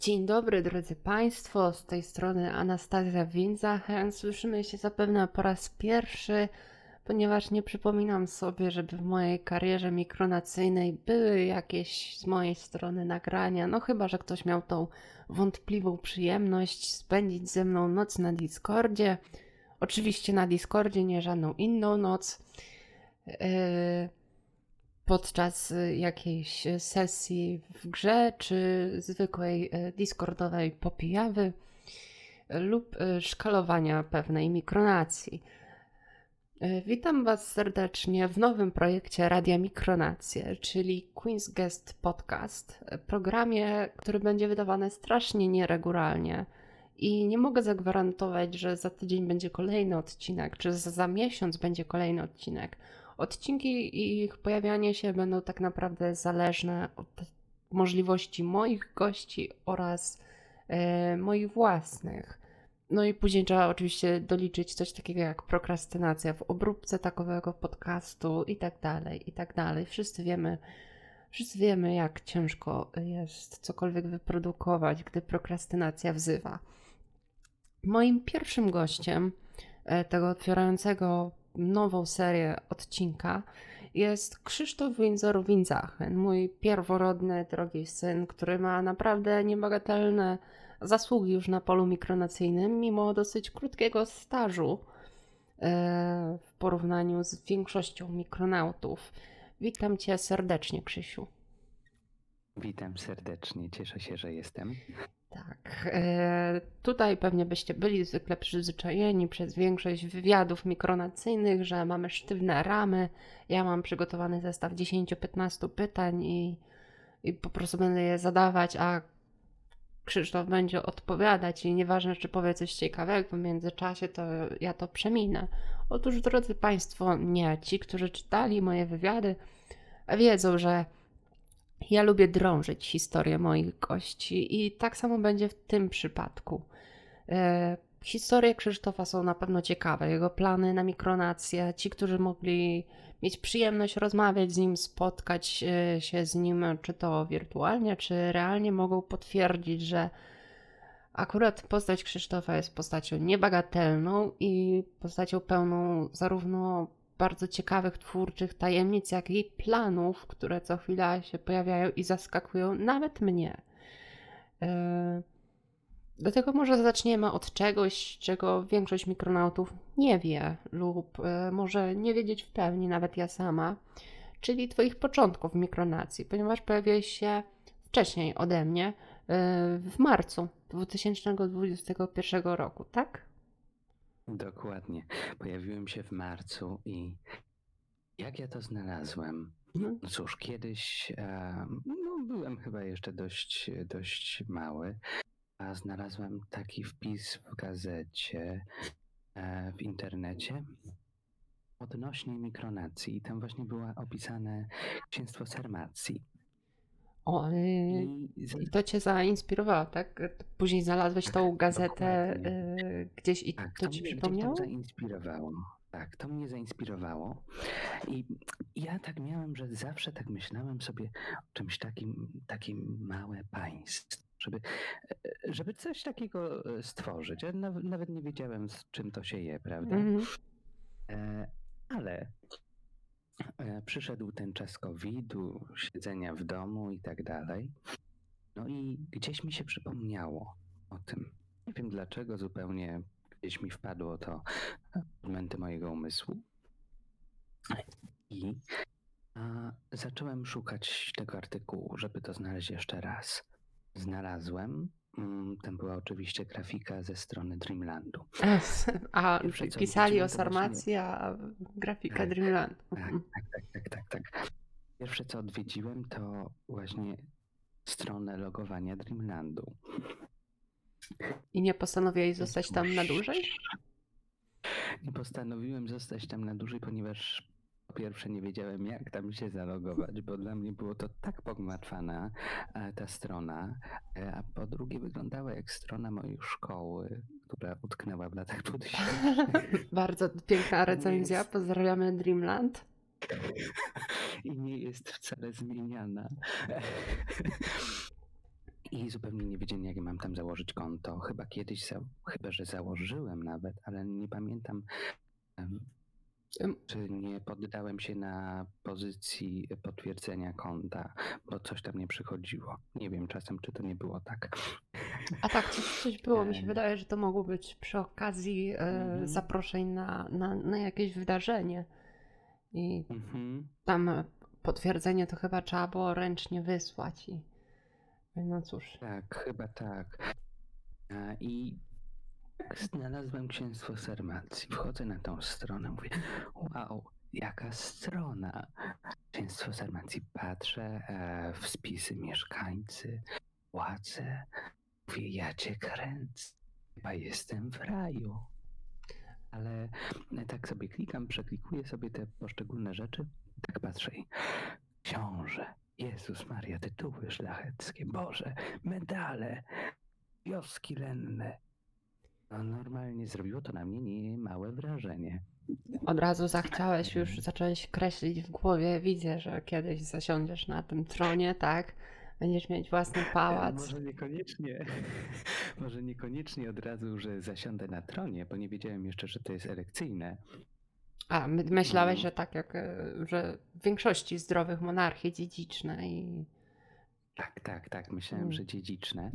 Dzień dobry, drodzy Państwo, z tej strony Anastazja Winzachen. Słyszymy się zapewne po raz pierwszy, ponieważ nie przypominam sobie, żeby w mojej karierze mikronacyjnej były jakieś z mojej strony nagrania. No chyba, że ktoś miał tą wątpliwą przyjemność spędzić ze mną noc na Discordzie. Oczywiście na Discordzie, nie żadną inną noc. Podczas jakiejś sesji w grze, czy zwykłej discordowej popijawy lub szkalowania pewnej mikronacji. Witam Was serdecznie w nowym projekcie Radia Mikronacje, czyli Queen's Guest Podcast, programie, który będzie wydawany strasznie nieregularnie i nie mogę zagwarantować, że za tydzień będzie kolejny odcinek, czy za miesiąc będzie kolejny odcinek. Odcinki i ich pojawianie się będą tak naprawdę zależne od możliwości moich gości oraz moich własnych. No i później trzeba oczywiście doliczyć coś takiego jak prokrastynacja w obróbce takowego podcastu i tak dalej, i tak dalej. Wszyscy wiemy, jak ciężko jest cokolwiek wyprodukować, gdy prokrastynacja wzywa. Moim pierwszym gościem tego otwierającego nową serię odcinka jest Krzysztof Windsor-Windzachen, mój pierworodny, drogi syn, który ma naprawdę niebagatelne zasługi już na polu mikronacyjnym, mimo dosyć krótkiego stażu w porównaniu z większością mikronautów. Witam Cię serdecznie, Krzysiu. Witam serdecznie, cieszę się, że jestem. Tak, tutaj pewnie byście byli zwykle przyzwyczajeni przez większość wywiadów mikronacyjnych, że mamy sztywne ramy. Ja mam przygotowany zestaw 10-15 pytań i po prostu będę je zadawać, a Krzysztof będzie odpowiadać i nieważne, czy powie coś ciekawego w międzyczasie, to ja to przeminę. Otóż, drodzy Państwo, nie, ci, którzy czytali moje wywiady, wiedzą, że ja lubię drążyć historię moich gości i tak samo będzie w tym przypadku. Historie Krzysztofa są na pewno ciekawe, jego plany na mikronację, ci, którzy mogli mieć przyjemność rozmawiać z nim, spotkać się z nim, czy to wirtualnie, czy realnie, mogą potwierdzić, że akurat postać Krzysztofa jest postacią niebagatelną i postacią pełną zarówno bardzo ciekawych twórczych tajemnic, jak i planów, które co chwila się pojawiają i zaskakują nawet mnie. Dlatego może zaczniemy od czegoś, czego większość mikronautów nie wie lub może nie wiedzieć w pełni, nawet ja sama, czyli Twoich początków w mikronacji, ponieważ pojawiłeś się wcześniej ode mnie w marcu 2021 roku, tak? Dokładnie. Pojawiłem się w marcu i jak ja to znalazłem? No cóż, kiedyś byłem chyba jeszcze dość mały, a znalazłem taki wpis w gazecie, w internecie odnośnie mikronacji i tam właśnie było opisane księstwo Sarmacji. I to Cię zainspirowało, tak? Później znalazłeś tą gazetę gdzieś i tak, to Ci przypomniało? To zainspirowało. Tak, to mnie zainspirowało i ja tak miałem, że zawsze tak myślałem sobie o czymś takim małe państwo, żeby coś takiego stworzyć. Ja nawet nie wiedziałem, z czym to się je, prawda? Ale przyszedł ten czas COVID-u, siedzenia w domu i tak dalej. No i gdzieś mi się przypomniało o tym. Nie wiem dlaczego, zupełnie gdzieś mi wpadło to w momenty mojego umysłu. I zacząłem szukać tego artykułu, żeby to znaleźć jeszcze raz. Znalazłem. Tam była oczywiście grafika ze strony Dreamlandu. A pisali o Sarmacji, a grafika Dreamlandu. Tak. Pierwsze co odwiedziłem to właśnie stronę logowania Dreamlandu. I nie postanowiłeś zostać tam na dłużej? Nie postanowiłem zostać tam na dłużej, ponieważ po pierwsze nie wiedziałem, jak tam się zalogować, bo dla mnie było to tak pogmatwana ta strona, a po drugie wyglądała jak strona mojej szkoły, która utknęła w latach 2000. Bardzo piękna recenzja, pozdrawiamy Dreamland. I nie jest wcale zmieniana. i zupełnie nie wiedziałem, jak mam tam założyć konto. Chyba kiedyś, chyba że założyłem nawet, ale nie pamiętam, czy nie poddałem się na pozycji potwierdzenia konta, bo coś tam nie przychodziło. Nie wiem czasem, czy to nie było tak. A tak, coś było. Mi się wydaje, że to mogło być przy okazji zaproszeń na jakieś wydarzenie. I tam potwierdzenie to chyba trzeba było ręcznie wysłać. No cóż. Tak, chyba tak. I znalazłem Księstwo Sarmacji. Wchodzę na tą stronę, mówię, wow, jaka strona. Księstwo Sarmacji. Patrzę w spisy mieszkańcy, władze. Mówię, ja cię kręcę. Chyba jestem w raju. Ale tak sobie klikam, przeklikuję sobie te poszczególne rzeczy. Tak patrzę i książę, Jezus Maria, tytuły szlacheckie, Boże, medale, wioski lenne. No, normalnie zrobiło to na mnie niemałe wrażenie. Od razu zacząłeś kreślić w głowie. Widzę, że kiedyś zasiądziesz na tym tronie, tak? Będziesz mieć własny pałac. Może niekoniecznie od razu, że zasiądę na tronie, bo nie wiedziałem jeszcze, że to jest elekcyjne. A, myślałeś, że tak jak że w większości zdrowych monarchii dziedziczne i... Tak, myślałem, że dziedziczne.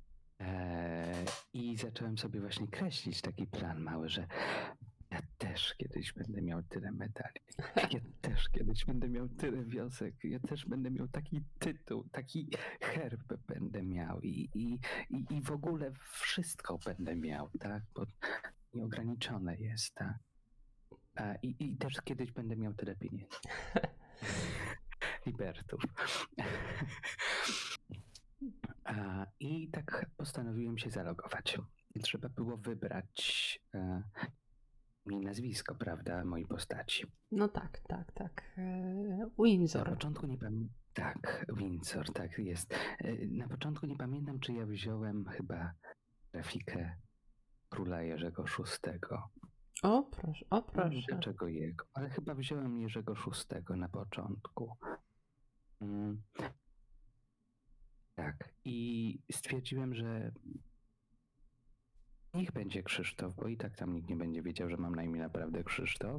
I zacząłem sobie właśnie kreślić taki plan mały, że ja też kiedyś będę miał tyle medali. Ja też kiedyś będę miał tyle wiosek. Ja też będę miał taki tytuł, taki herb będę miał i w ogóle wszystko będę miał, tak? Bo nieograniczone jest, tak? I też kiedyś będę miał tyle pieniędzy. Libertów. I tak postanowiłem się zalogować. Trzeba było wybrać mi nazwisko, prawda, mojej postaci. No tak. Windsor. Na początku nie pamiętam. Tak, Windsor, tak jest. Na początku nie pamiętam, czy ja wziąłem chyba grafikę króla Jerzego VI. O proszę. Dlaczego jego? Ale chyba wziąłem Jerzego VI na początku. Tak. I stwierdziłem, że niech będzie Krzysztof, bo i tak tam nikt nie będzie wiedział, że mam na imię naprawdę Krzysztof.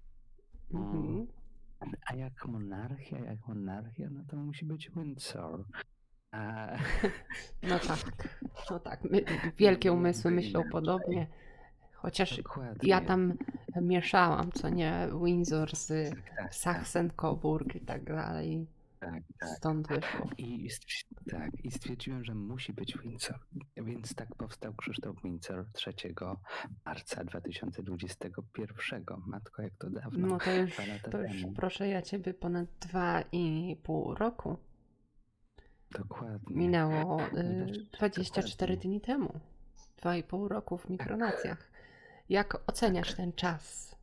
A jak monarchia, no to musi być Windsor. No tak. Wielkie umysły myślą podobnie. Chociaż dokładnie. Ja tam mieszałam, co nie, Windsor z Sachsen-Coburg i tak dalej. Tak. Stąd wyszło. I stwierdziłem, że musi być Windsor. Więc tak powstał Krzysztof Windsor 3 marca 2021. Matko, jak to dawno. No to już proszę ja ciebie, ponad 2,5 roku. Dokładnie. Minęło 24 dni temu. 2,5 roku w mikronacjach. Jak oceniasz ten czas?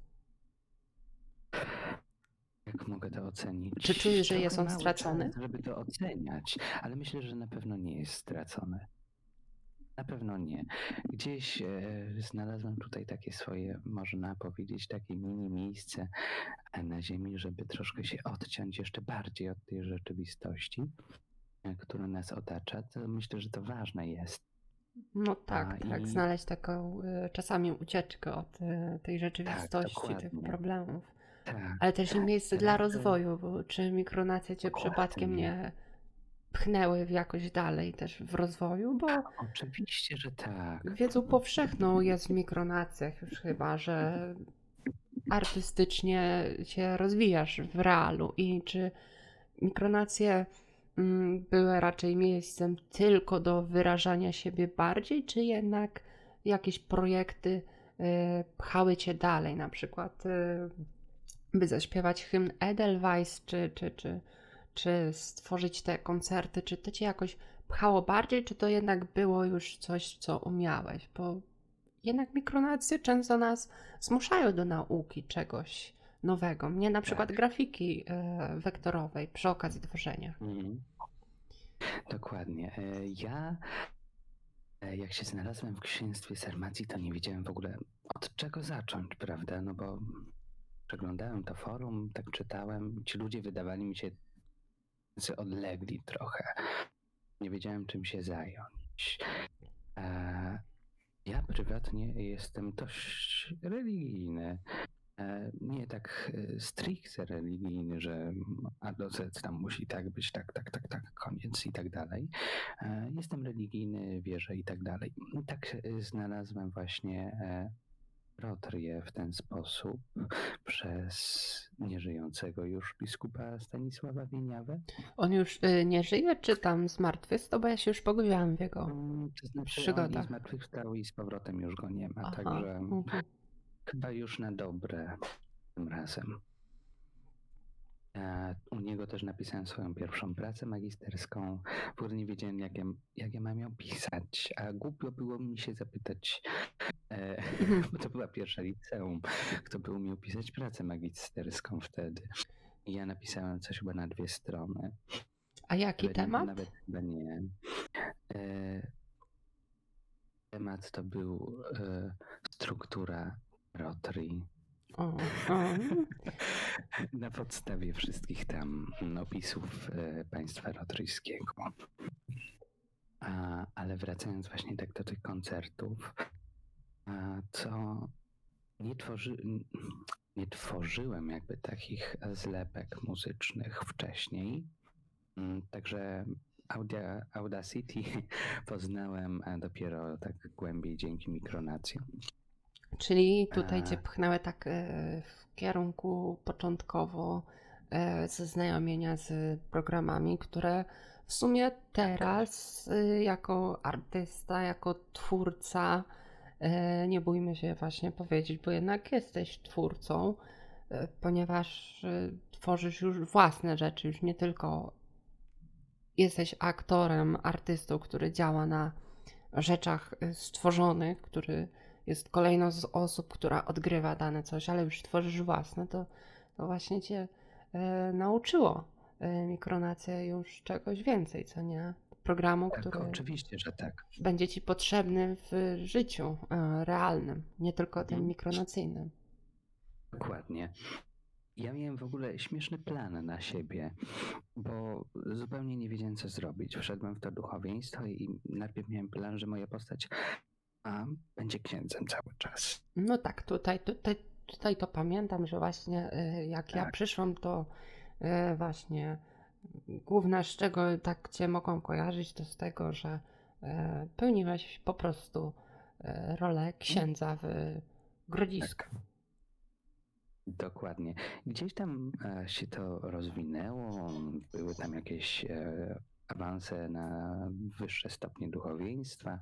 Jak mogę to ocenić? Czy czujesz, że jest on stracony? Czas, żeby to oceniać, ale myślę, że na pewno nie jest stracony. Na pewno nie. Gdzieś znalazłem tutaj takie swoje, można powiedzieć, takie mini miejsce na ziemi, żeby troszkę się odciąć jeszcze bardziej od tej rzeczywistości, która nas otacza. To myślę, że to ważne jest. No tak, znaleźć taką czasami ucieczkę od tej rzeczywistości, tych problemów. Tak. Ale też i miejsce dla rozwoju, bo czy mikronacje cię przypadkiem nie pchnęły w jakoś dalej też w rozwoju, bo oczywiście, że tak. Wiedzą powszechną jest w mikronacjach już chyba, że artystycznie się rozwijasz w realu i czy mikronacje były raczej miejscem tylko do wyrażania siebie bardziej, czy jednak jakieś projekty pchały cię dalej, na przykład by zaśpiewać hymn Edelweiss, czy stworzyć te koncerty, czy to cię jakoś pchało bardziej, czy to jednak było już coś, co umiałeś? Bo jednak mikronacje często nas zmuszają do nauki czegoś nowego. Mnie na przykład grafiki wektorowej przy okazji tworzenia. Dokładnie. Ja jak się znalazłem w Księstwie Sarmacji, to nie wiedziałem w ogóle od czego zacząć, prawda? No bo przeglądałem to forum, tak czytałem. Ci ludzie wydawali mi się odlegli trochę. nie wiedziałem czym się zająć. Ja prywatnie jestem dość religijny. Nie tak stricte religijny, że A do Z tam musi tak być, tak, koniec i tak dalej. Jestem religijny, wierzę i tak dalej. I tak znalazłem właśnie Rotrię w ten sposób przez nieżyjącego już biskupa Stanisława Wieniawę. On już nie żyje, czy tam zmartwychwstał? Bo ja się już pogubiłam w jego To znaczy on i przygodach. zmartwychwstał i z powrotem już go nie ma, Aha. także chyba już na dobre tym razem. U niego też napisałem swoją pierwszą pracę magisterską, w której nie wiedziałem, jak ja mam ją pisać, a głupio było mi się zapytać, bo to była pierwsza liceum, kto by umiał pisać pracę magisterską wtedy. I ja napisałem coś chyba na 2 strony. A jaki temat? Nawet chyba nie. Temat to był struktura Rotrii. Na podstawie wszystkich tam opisów państwa rotryjskiego. Ale wracając właśnie tak do tych koncertów, co nie tworzyłem jakby takich zlepek muzycznych wcześniej, także Audacity poznałem dopiero tak głębiej dzięki mikronacjom. Czyli tutaj cię pchnęły tak w kierunku początkowo zaznajomienia z programami, które w sumie teraz jako artysta, jako twórca, nie bójmy się właśnie powiedzieć, bo jednak jesteś twórcą, ponieważ tworzysz już własne rzeczy, już nie tylko jesteś aktorem, artystą, który działa na rzeczach stworzonych, który jest kolejną z osób, która odgrywa dane coś, ale już tworzysz własne, to właśnie cię nauczyło mikronacja już czegoś więcej, co nie? Programu, Tak, który oczywiście, że tak. będzie ci potrzebny w życiu realnym, nie tylko tym mikronacyjnym. Dokładnie. Ja miałem w ogóle śmieszny plan na siebie, bo zupełnie nie wiedziałem, co zrobić. Wszedłem w to duchowieństwo i najpierw miałem plan, że moja postać będzie księdzem cały czas. No tak, tutaj to pamiętam, że właśnie jak ja przyszłam, to właśnie główne, z czego tak cię mogłam kojarzyć, to z tego, że pełniłeś po prostu rolę księdza w Grodzisku. Tak. Dokładnie. Gdzieś tam się to rozwinęło, były tam jakieś awanse na wyższe stopnie duchowieństwa,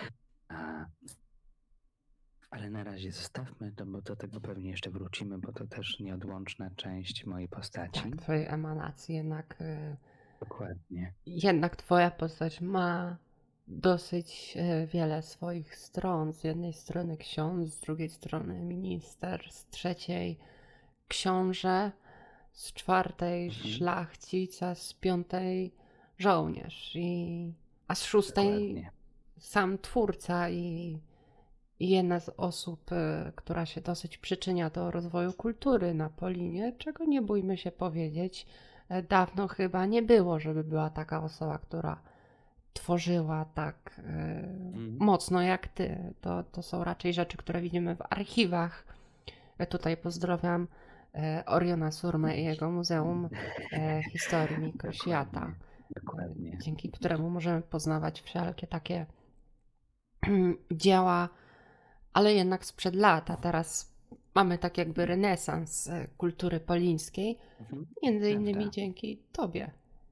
ale na razie zostawmy to, bo do tego pewnie jeszcze wrócimy, bo to też nieodłączna część mojej postaci. Tak, twojej emanacji jednak. Dokładnie. Jednak twoja postać ma dosyć wiele swoich stron. Z jednej strony ksiądz, z drugiej strony minister, z trzeciej książę, z czwartej szlachcic, a z piątej żołnierz, a z szóstej Dokładnie. sam twórca i jedna z osób, która się dosyć przyczynia do rozwoju kultury na Polinie, czego nie bójmy się powiedzieć, dawno chyba nie było, żeby była taka osoba, która tworzyła tak mocno jak ty. To są raczej rzeczy, które widzimy w archiwach. Tutaj pozdrawiam Oriona Surmę i jego Muzeum Historii Mikroświata, dzięki któremu możemy poznawać wszelkie takie dzieła, ale jednak sprzed lat, a teraz mamy tak jakby renesans kultury polińskiej, między innymi dzięki tobie.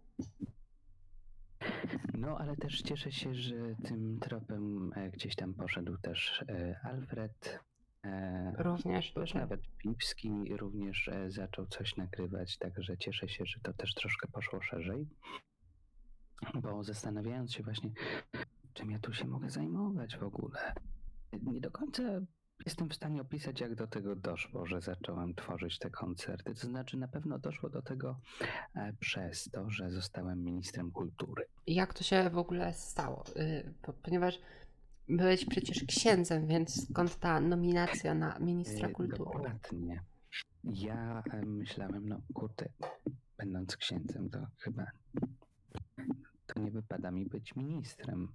No, ale też cieszę się, że tym tropem gdzieś tam poszedł też Alfred. Również tutaj. Nawet Pipski również zaczął coś nagrywać, także cieszę się, że to też troszkę poszło szerzej, bo zastanawiając się właśnie, czym ja tu się mogę zajmować w ogóle, nie do końca jestem w stanie opisać, jak do tego doszło, że zacząłem tworzyć te koncerty. To znaczy, na pewno doszło do tego przez to, że zostałem ministrem kultury. Jak to się w ogóle stało? Ponieważ byłeś przecież księdzem, więc skąd ta nominacja na ministra kultury? Dokładnie. Ja myślałem, no kurde, będąc księdzem, to chyba to nie wypada mi być ministrem.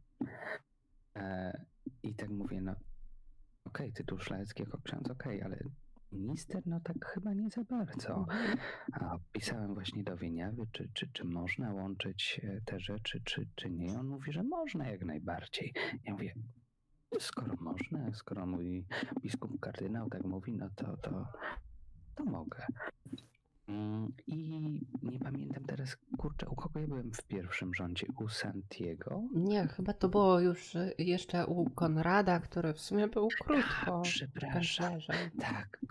I tak mówię, no okej, tytuł szlachecki jako ksiądz, ale minister, no tak chyba nie za bardzo. A pisałem właśnie do Wieniawy, czy można łączyć te rzeczy, czy nie. On mówi, że można jak najbardziej. Ja mówię, skoro można, skoro mój biskup kardynał tak mówi, no to mogę. I nie pamiętam teraz, kurczę, u kogo ja byłem w pierwszym rządzie? U Santiego? Nie, chyba to było już jeszcze u Konrada, który w sumie był krótko Przepraszam. kanclerzem. Tak,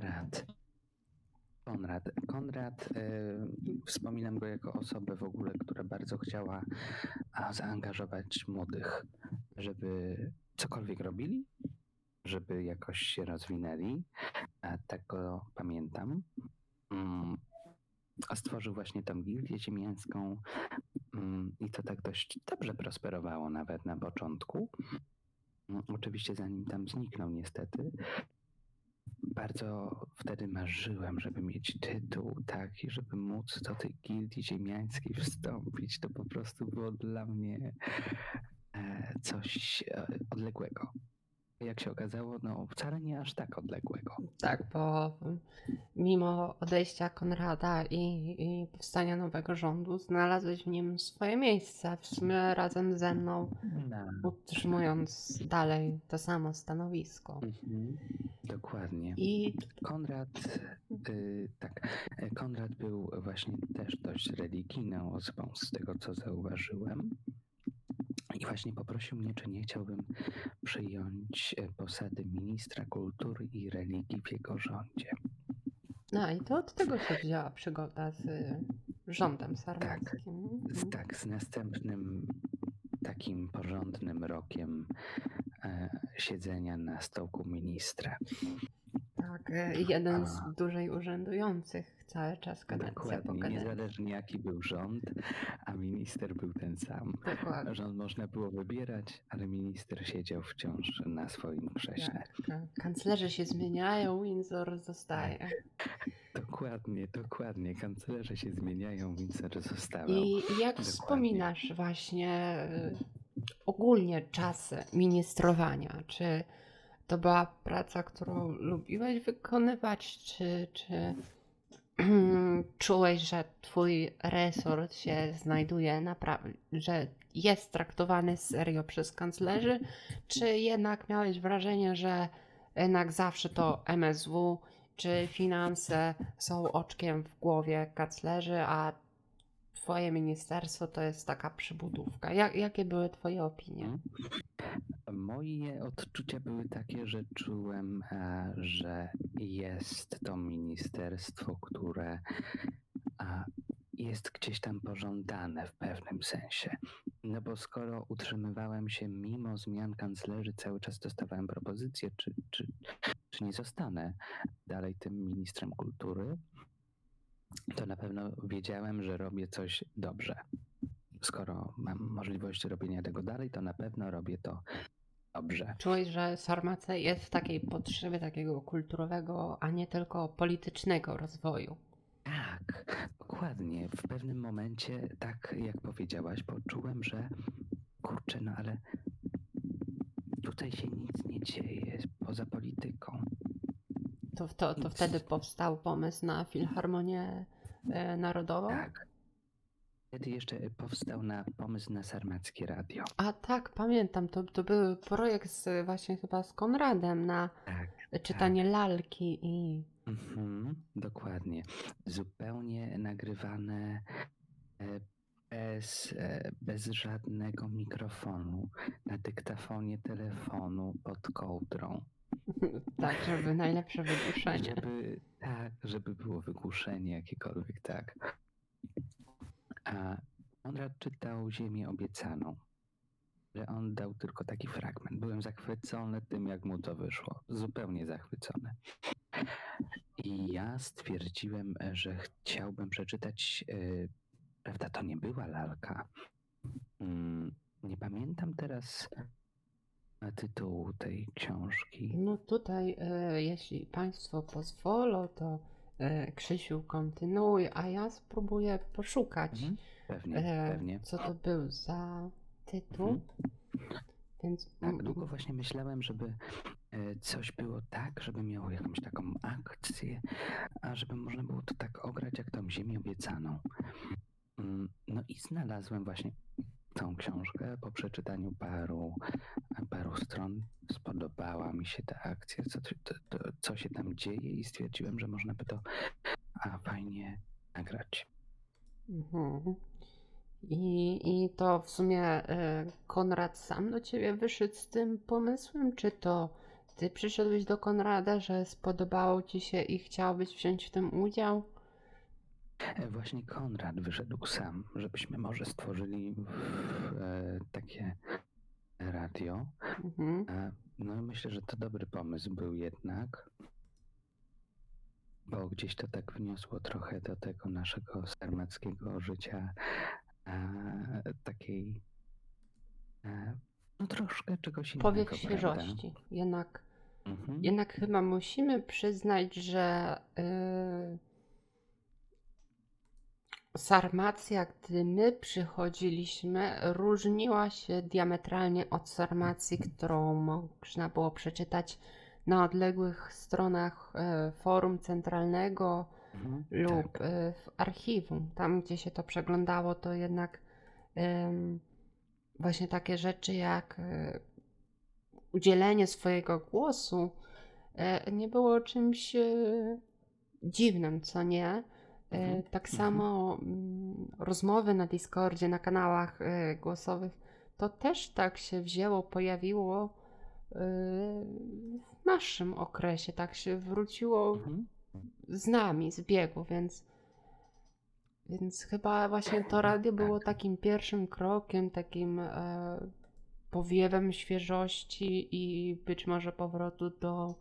Konrad, wspominam go jako osobę w ogóle, która bardzo chciała zaangażować młodych, żeby cokolwiek robili, żeby jakoś się rozwinęli. Tak go pamiętam. A stworzył właśnie tą gildię ziemiańską i to tak dość dobrze prosperowało nawet na początku. Oczywiście zanim tam zniknął niestety. Bardzo wtedy marzyłem, żeby mieć tytuł taki, żeby móc do tej gildii ziemiańskiej wstąpić. To po prostu było dla mnie coś odległego. Jak się okazało, no wcale nie aż tak odległego. Tak, bo mimo odejścia Konrada i powstania nowego rządu znalazłeś w nim swoje miejsce, w sumie razem ze mną, utrzymując dalej to samo stanowisko. Dokładnie. I Konrad był właśnie też dość religijną osobą, z tego co zauważyłem. I właśnie poprosił mnie, czy nie chciałbym przyjąć posady ministra kultury i religii w jego rządzie. No i to od tego się wzięła przygoda z rządem sarmackim. Tak, z następnym takim porządnym rokiem siedzenia na stołku ministra. Tak, jeden z dłużej urzędujących cały czas kadencja po Dokładnie, kadencji. niezależnie jaki był rząd, a minister był ten sam. Dokładnie. Rząd można było wybierać, ale minister siedział wciąż na swoim krześle. Tak. Kanclerzy się zmieniają, Windsor zostaje. Dokładnie. Kanclerze się zmieniają, Windsor zostawał. I jak wspominasz właśnie ogólnie czasy ministrowania? Czy to była praca, którą lubiłeś wykonywać, czy czułeś, że twój resort się znajduje naprawdę, że jest traktowany serio przez kanclerzy, czy jednak miałeś wrażenie, że jednak zawsze to MSW czy finanse są oczkiem w głowie kanclerzy, a twoje ministerstwo to jest taka przybudówka? Jakie były twoje opinie? Moje odczucia były takie, że czułem, że jest to ministerstwo, które jest gdzieś tam pożądane w pewnym sensie. No bo skoro utrzymywałem się mimo zmian kanclerzy, cały czas dostawałem propozycje, czy nie zostanę dalej tym ministrem kultury, to na pewno wiedziałem, że robię coś dobrze. Skoro mam możliwość robienia tego dalej, to na pewno robię to dobrze. Czułeś, że Sarmacja jest w takiej potrzebie takiego kulturowego, a nie tylko politycznego rozwoju? Tak, dokładnie. W pewnym momencie, tak jak powiedziałaś, poczułem, że kurczę, no ale tutaj się nic nie dzieje poza polityką. To wtedy powstał pomysł na Filharmonię Narodową? Tak. Wtedy jeszcze powstał pomysł na Sarmackie Radio. A tak, pamiętam, to był projekt właśnie chyba z Konradem na czytanie lalki i... Dokładnie. Zupełnie nagrywane bez żadnego mikrofonu, na dyktafonie telefonu pod kołdrą. Tak, żeby najlepsze wygłuszenie. Żeby było wygłuszenie jakiekolwiek, tak. A Konrad czytał Ziemię obiecaną, że on dał tylko taki fragment. Byłem zachwycony tym, jak mu to wyszło. Zupełnie zachwycony. I ja stwierdziłem, że chciałbym przeczytać, prawda, to nie była lalka. Nie pamiętam teraz tytułu tej książki. No tutaj, jeśli Państwo pozwolą, to Krzysiu kontynuuj, a ja spróbuję poszukać Pewnie, pewnie. co to był za tytuł. Mhm. Więc Tak, długo właśnie myślałem, żeby coś było tak, żeby miało jakąś taką akcję, a żeby można było to tak ograć jak tą Ziemię Obiecaną. No i znalazłem właśnie tą książkę po przeczytaniu paru stron. Spodobała mi się ta akcja, co się tam dzieje i stwierdziłem, że można by to fajnie nagrać. I to w sumie Konrad sam do ciebie wyszedł z tym pomysłem, czy to ty przyszedłeś do Konrada, że spodobało ci się i chciałbyś wziąć w tym udział? Właśnie Konrad wyszedł sam, żebyśmy może stworzyli takie radio. No i myślę, że to dobry pomysł był jednak, bo gdzieś to tak wniosło trochę do tego naszego sarmackiego życia takiej no troszkę czegoś innego, Powiew prawda? świeżości. Jednak chyba musimy przyznać, że Sarmacja, gdy my przychodziliśmy, różniła się diametralnie od Sarmacji, którą można było przeczytać na odległych stronach forum centralnego lub w archiwum. Tam, gdzie się to przeglądało, to jednak właśnie takie rzeczy jak udzielenie swojego głosu nie było czymś dziwnym, co nie? Tak samo rozmowy na Discordzie, na kanałach głosowych, to też tak się wzięło, pojawiło w naszym okresie, tak się wróciło z nami, z biegu, więc chyba właśnie to radio było takim pierwszym krokiem, takim powiewem świeżości i być może powrotu do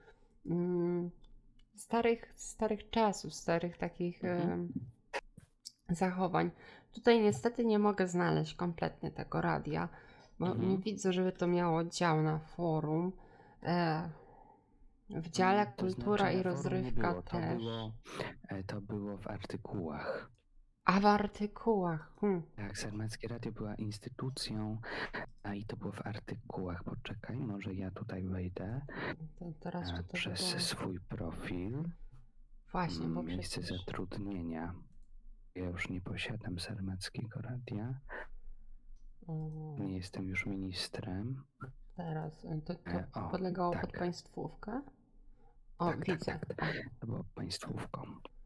starych czasów, starych takich zachowań. Tutaj niestety nie mogę znaleźć kompletnie tego radia, bo nie widzę, żeby to miało dział na forum. W dziale kultura i rozrywka też. To było w artykułach. A w artykułach. Tak, Sarmackie Radio była instytucją, i to było w artykułach. Poczekaj, może ja tutaj wejdę Teraz czy to przez swój profil. Właśnie, bo miejsce zatrudnienia. Ja już nie posiadam Sarmackiego Radia. Nie jestem już ministrem. Teraz to podlegało pod państwówkę? Widzę. Tak. To było państwówką.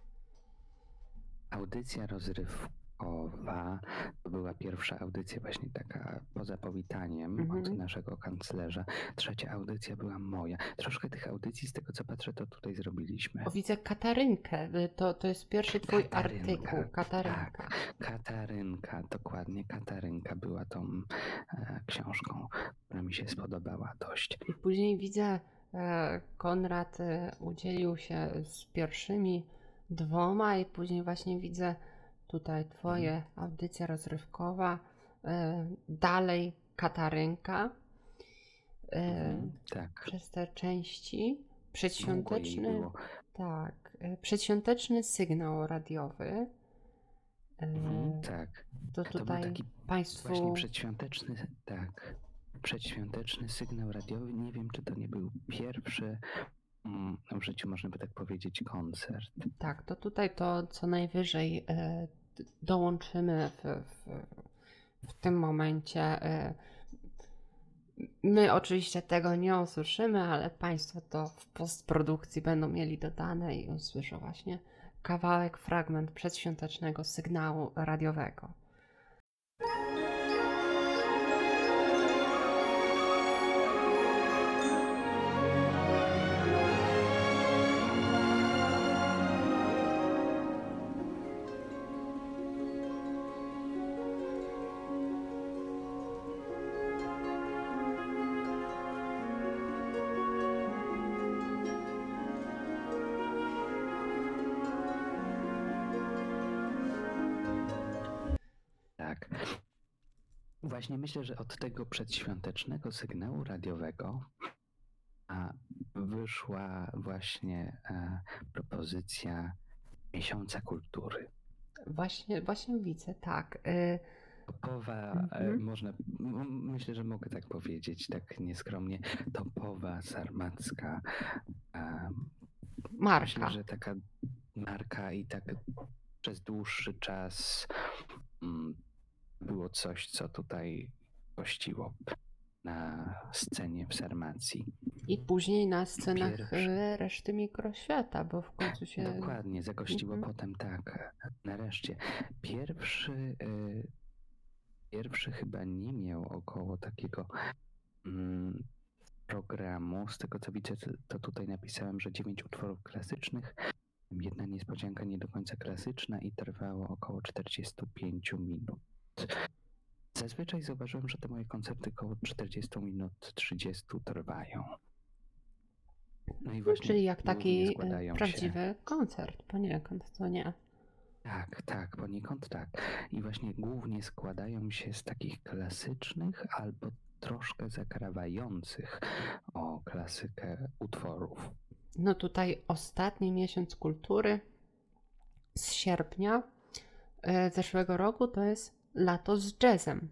Audycja rozrywkowa to była pierwsza audycja właśnie taka poza powitaniem od naszego kanclerza. Trzecia audycja była moja. Troszkę tych audycji z tego co patrzę to tutaj zrobiliśmy. Widzę Katarynkę. To jest pierwszy twój artykuł. Katarynka. Tak, Katarynka, dokładnie. Katarynka była tą książką, która mi się spodobała dość. I później widzę Konrad udzielił się z pierwszymi 2 i później właśnie widzę tutaj twoje audycja rozrywkowa, dalej Katarynka, tak. przez te części, przedświąteczny sygnał radiowy. Tak. To tutaj był taki państwu właśnie przedświąteczny sygnał radiowy. Nie wiem, czy to nie był pierwszy w życiu, można by tak powiedzieć, koncert. Tak, to tutaj to co najwyżej dołączymy w tym momencie. My oczywiście tego nie usłyszymy, ale Państwo to w postprodukcji będą mieli dodane i usłyszą właśnie kawałek, fragment przedświątecznego sygnału radiowego. Właśnie myślę, że od tego przedświątecznego sygnału radiowego wyszła właśnie propozycja Miesiąca Kultury. Właśnie widzę, tak. Topowa, Mhm. myślę, że mogę tak powiedzieć, tak nieskromnie, topowa sarmacka. Myślę, Marka. że taka marka i tak przez dłuższy czas było coś, co tutaj gościło na scenie w Sarmacji. I później na scenach Pierwszy, reszty mikroświata, bo w końcu się... dokładnie, zagościło Mhm. potem tak, nareszcie. Pierwszy chyba nie miał około takiego programu. Z tego co widzę, to tutaj napisałem, że 9 utworów klasycznych, jedna niespodzianka nie do końca klasyczna i trwało około 45 minut. Zazwyczaj zauważyłem, że te moje koncerty około 40 minut, 30 trwają. No i właśnie Czyli jak głównie taki składają się... prawdziwy koncert poniekąd, to nie? Tak, poniekąd tak. I właśnie głównie składają się z takich klasycznych albo troszkę zakrawających o klasykę utworów. No tutaj ostatni miesiąc kultury z sierpnia zeszłego roku to jest Lato z jazzem.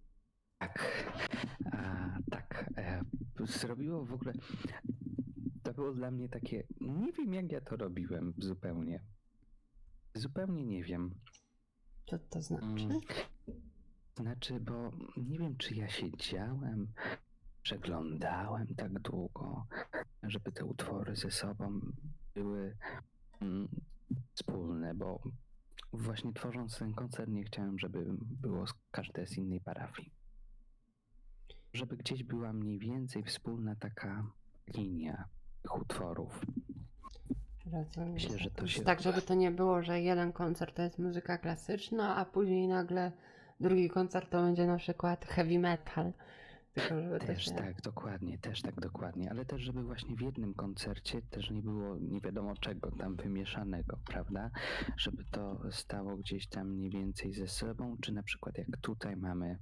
Tak. Zrobiło w ogóle... To było dla mnie takie... Nie wiem, jak ja to robiłem zupełnie. Zupełnie nie wiem. Co to znaczy? Znaczy, bo nie wiem, czy ja siedziałem, przeglądałem tak długo, żeby te utwory ze sobą były wspólne, bo właśnie tworząc ten koncert nie chciałem, żeby było każde z innej parafii. Żeby gdzieś była mniej więcej wspólna taka linia tych utworów. Rozumiem. Myślę, że to się... Tak, żeby to nie było, że jeden koncert to jest muzyka klasyczna, a później nagle drugi koncert to będzie na przykład heavy metal. Tylko żeby to się... tak dokładnie, ale też żeby właśnie w jednym koncercie też nie było nie wiadomo czego tam wymieszanego, prawda? Żeby to stało gdzieś tam mniej więcej ze sobą, czy na przykład jak tutaj mamy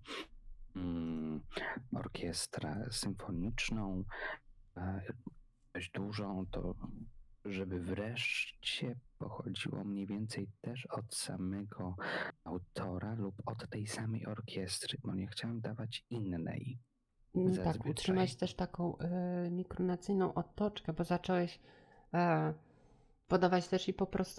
orkiestrę symfoniczną, dość dużą, to żeby wreszcie pochodziło mniej więcej też od samego autora lub od tej samej orkiestry, bo nie chciałem dawać innej. Tak, utrzymać też taką mikronacyjną otoczkę, bo zacząłeś podawać też i po prostu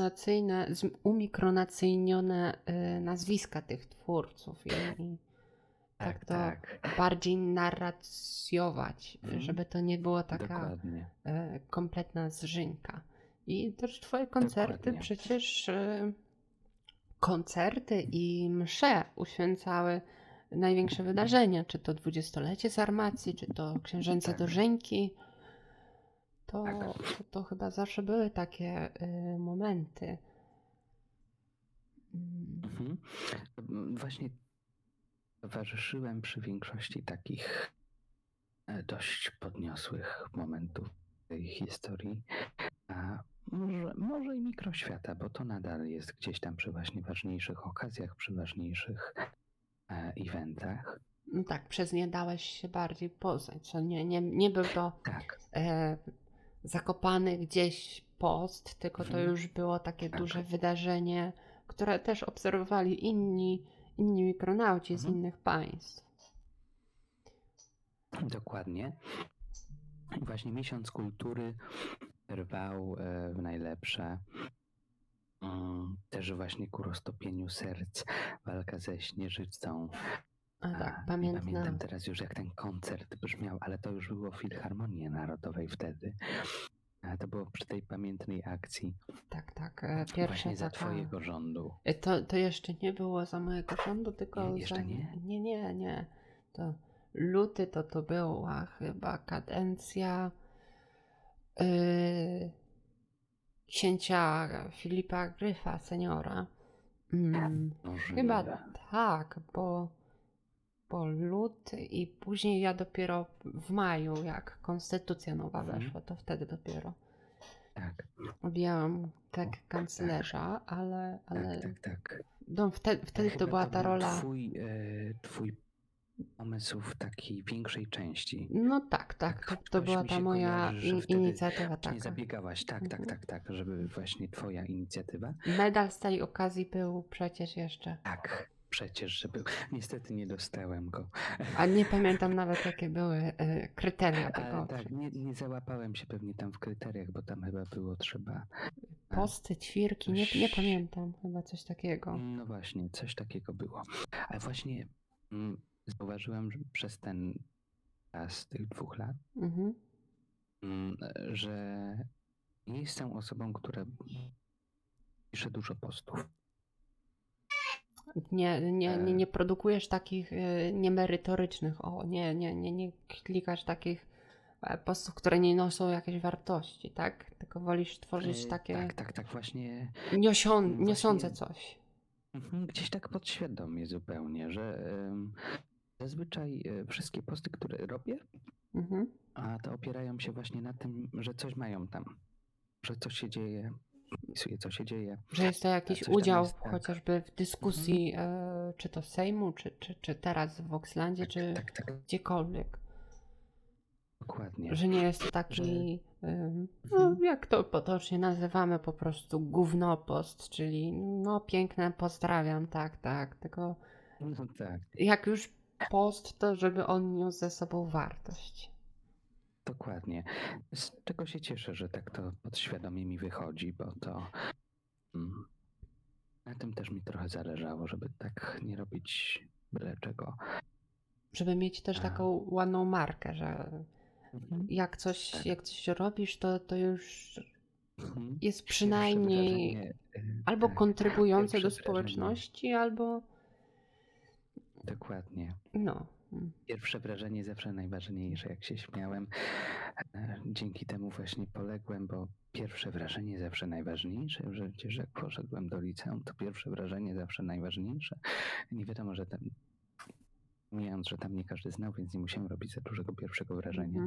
umikronacyjnione nazwiska tych twórców i tak to bardziej narracjować, żeby to nie było taka kompletna zżynka. I też twoje koncerty przecież koncerty i msze uświęcały największe wydarzenia, czy to 20-lecie Sarmacji, czy to księżęce dożynki. To chyba zawsze były takie momenty. Właśnie towarzyszyłem przy większości takich dość podniosłych momentów tej historii. A może i mikroświata, bo to nadal jest gdzieś tam przy właśnie ważniejszych okazjach, przy ważniejszych eventach. No tak, przez nie dałeś się bardziej poznać, co nie był to zakopany gdzieś post, tylko to już było takie duże wydarzenie, które też obserwowali inni mikronauci z innych państw. Dokładnie. I właśnie miesiąc kultury trwał w najlepsze. Też właśnie ku roztopieniu serc, walka ze Śnieżycą. Tak, nie pamiętam teraz już, jak ten koncert brzmiał, ale to już było w Filharmonii Narodowej wtedy. To było przy tej pamiętnej akcji. Tak. Pierwsza właśnie za twojego rządu. To jeszcze nie było za mojego rządu, tylko jeszcze nie? Nie. To luty to była chyba kadencja księcia Filipa Gryfa, seniora. Chyba tak, bo luty i później ja dopiero w maju, jak konstytucja nowa weszła, to wtedy dopiero objęłam kanclerza, ale tak. No, wtedy to była ta rola. Twój pomysł w takiej większej części. No tak, tak, to Jakoś była mi ta się moja kojarzy, że wtedy inicjatywa właśnie taka. zabiegałaś. Tak, tak, Mhm. tak, tak, żeby właśnie twoja inicjatywa. Medal z tej okazji był przecież jeszcze. Tak, przecież, żeby... Niestety nie dostałem go. A nie pamiętam nawet, jakie były kryteria Ale tego. tak, nie załapałem się pewnie tam w kryteriach, bo tam chyba było trzeba Posty, ćwirki, nie coś... pamiętam, chyba coś takiego. No właśnie, coś takiego było. Ale właśnie zauważyłem, że przez ten czas tych 2 lat, Mhm. że nie jestem osobą, która pisze dużo postów. Nie produkujesz takich niemerytorycznych, nie klikasz takich postów, które nie noszą jakiejś wartości, tak? Tylko wolisz tworzyć takie Tak, właśnie. niosące coś. Gdzieś tak podświadomie zupełnie, że zazwyczaj wszystkie posty, które robię, Mhm. a to opierają się właśnie na tym, że coś mają tam, że coś się dzieje, opisuję, co się dzieje. Że jest to jakiś Coś tam udział jest, tak. chociażby w dyskusji, czy to Sejmu, czy teraz w Oxlandzie, czy Tak, gdziekolwiek. dokładnie. Że nie jest to taki, no, jak to potocznie nazywamy, po prostu gównopost, czyli no piękne, pozdrawiam, tak, tylko No tak, jak już post, to żeby on niósł ze sobą wartość. dokładnie. Z czego się cieszę, że tak to podświadomie mi wychodzi, bo to na tym też mi trochę zależało, żeby tak nie robić byle czego. Żeby mieć też taką ładną markę, że jak coś robisz, to już jest przynajmniej albo kontrybujące do społeczności, albo... Dokładnie. No. Pierwsze wrażenie zawsze najważniejsze. Jak się śmiałem, dzięki temu właśnie poległem, bo pierwsze wrażenie zawsze najważniejsze. Przecież jak poszedłem do liceum, to pierwsze wrażenie zawsze najważniejsze. Nie wiadomo, że tam, mówiąc, że tam nie każdy znał, więc nie musiałem robić za dużego pierwszego wrażenia.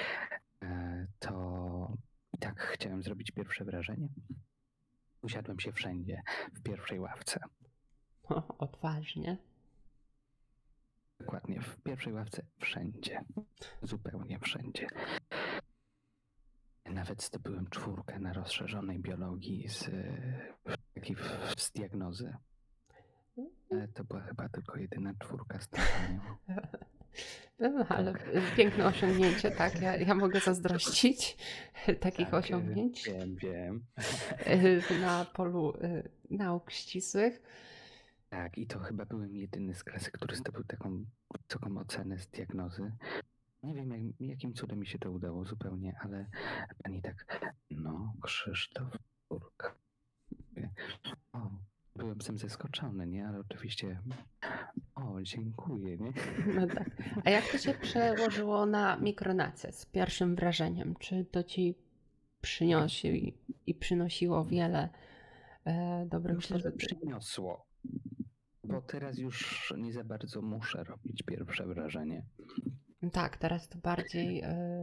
To i tak chciałem zrobić pierwsze wrażenie. Usiadłem się wszędzie, w pierwszej ławce. Odważnie. Dokładnie, w pierwszej ławce wszędzie. Zupełnie wszędzie. Nawet zdobyłem 4 na rozszerzonej biologii z diagnozy. To była chyba tylko jedyna 4 z tego. Ale piękne osiągnięcie, tak? Ja mogę zazdrościć takich osiągnięć. Wiem. Na polu nauk ścisłych. Tak, i to chyba byłem jedyny z klasy, który zdobył taką wysoką ocenę z diagnozy. Nie wiem, jakim cudem mi się to udało zupełnie, ale pani tak, no, Krzysztof Burk. O, byłem sam zaskoczony, nie? Ale oczywiście, dziękuję, nie? No tak. A jak to się przełożyło na Mikronację z pierwszym wrażeniem? Czy to ci przynosiło wiele dobrych Myślę, że przyniosło, bo teraz już nie za bardzo muszę robić pierwsze wrażenie. Tak, teraz to bardziej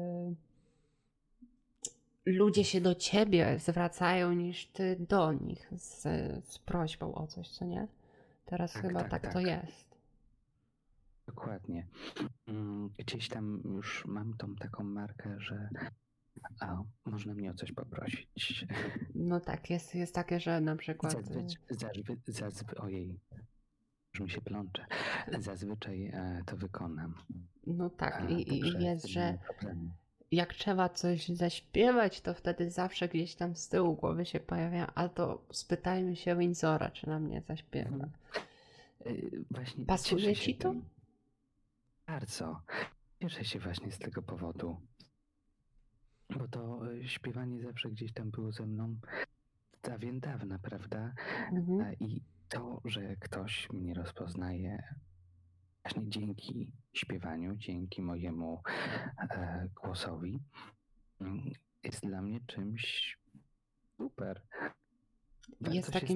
ludzie się do ciebie zwracają niż ty do nich z prośbą o coś, co nie? Teraz chyba tak to jest. Dokładnie. Gdzieś tam już mam tą taką markę, że można mnie o coś poprosić. No tak, jest takie, że na przykład... Ojej, już mi się plącze. Zazwyczaj to wykonam. No tak, i jest, że jak trzeba coś zaśpiewać, to wtedy zawsze gdzieś tam z tyłu głowy się pojawia, a to spytajmy się Windsora, czy na mnie zaśpiewa. Właśnie pasuje ci to? Bardzo. Cieszę się właśnie z tego powodu. Bo to śpiewanie zawsze gdzieś tam było ze mną dawien dawna, prawda? I to, że ktoś mnie rozpoznaje właśnie dzięki śpiewaniu, dzięki mojemu głosowi, jest dla mnie czymś super. Bardzo jest takim,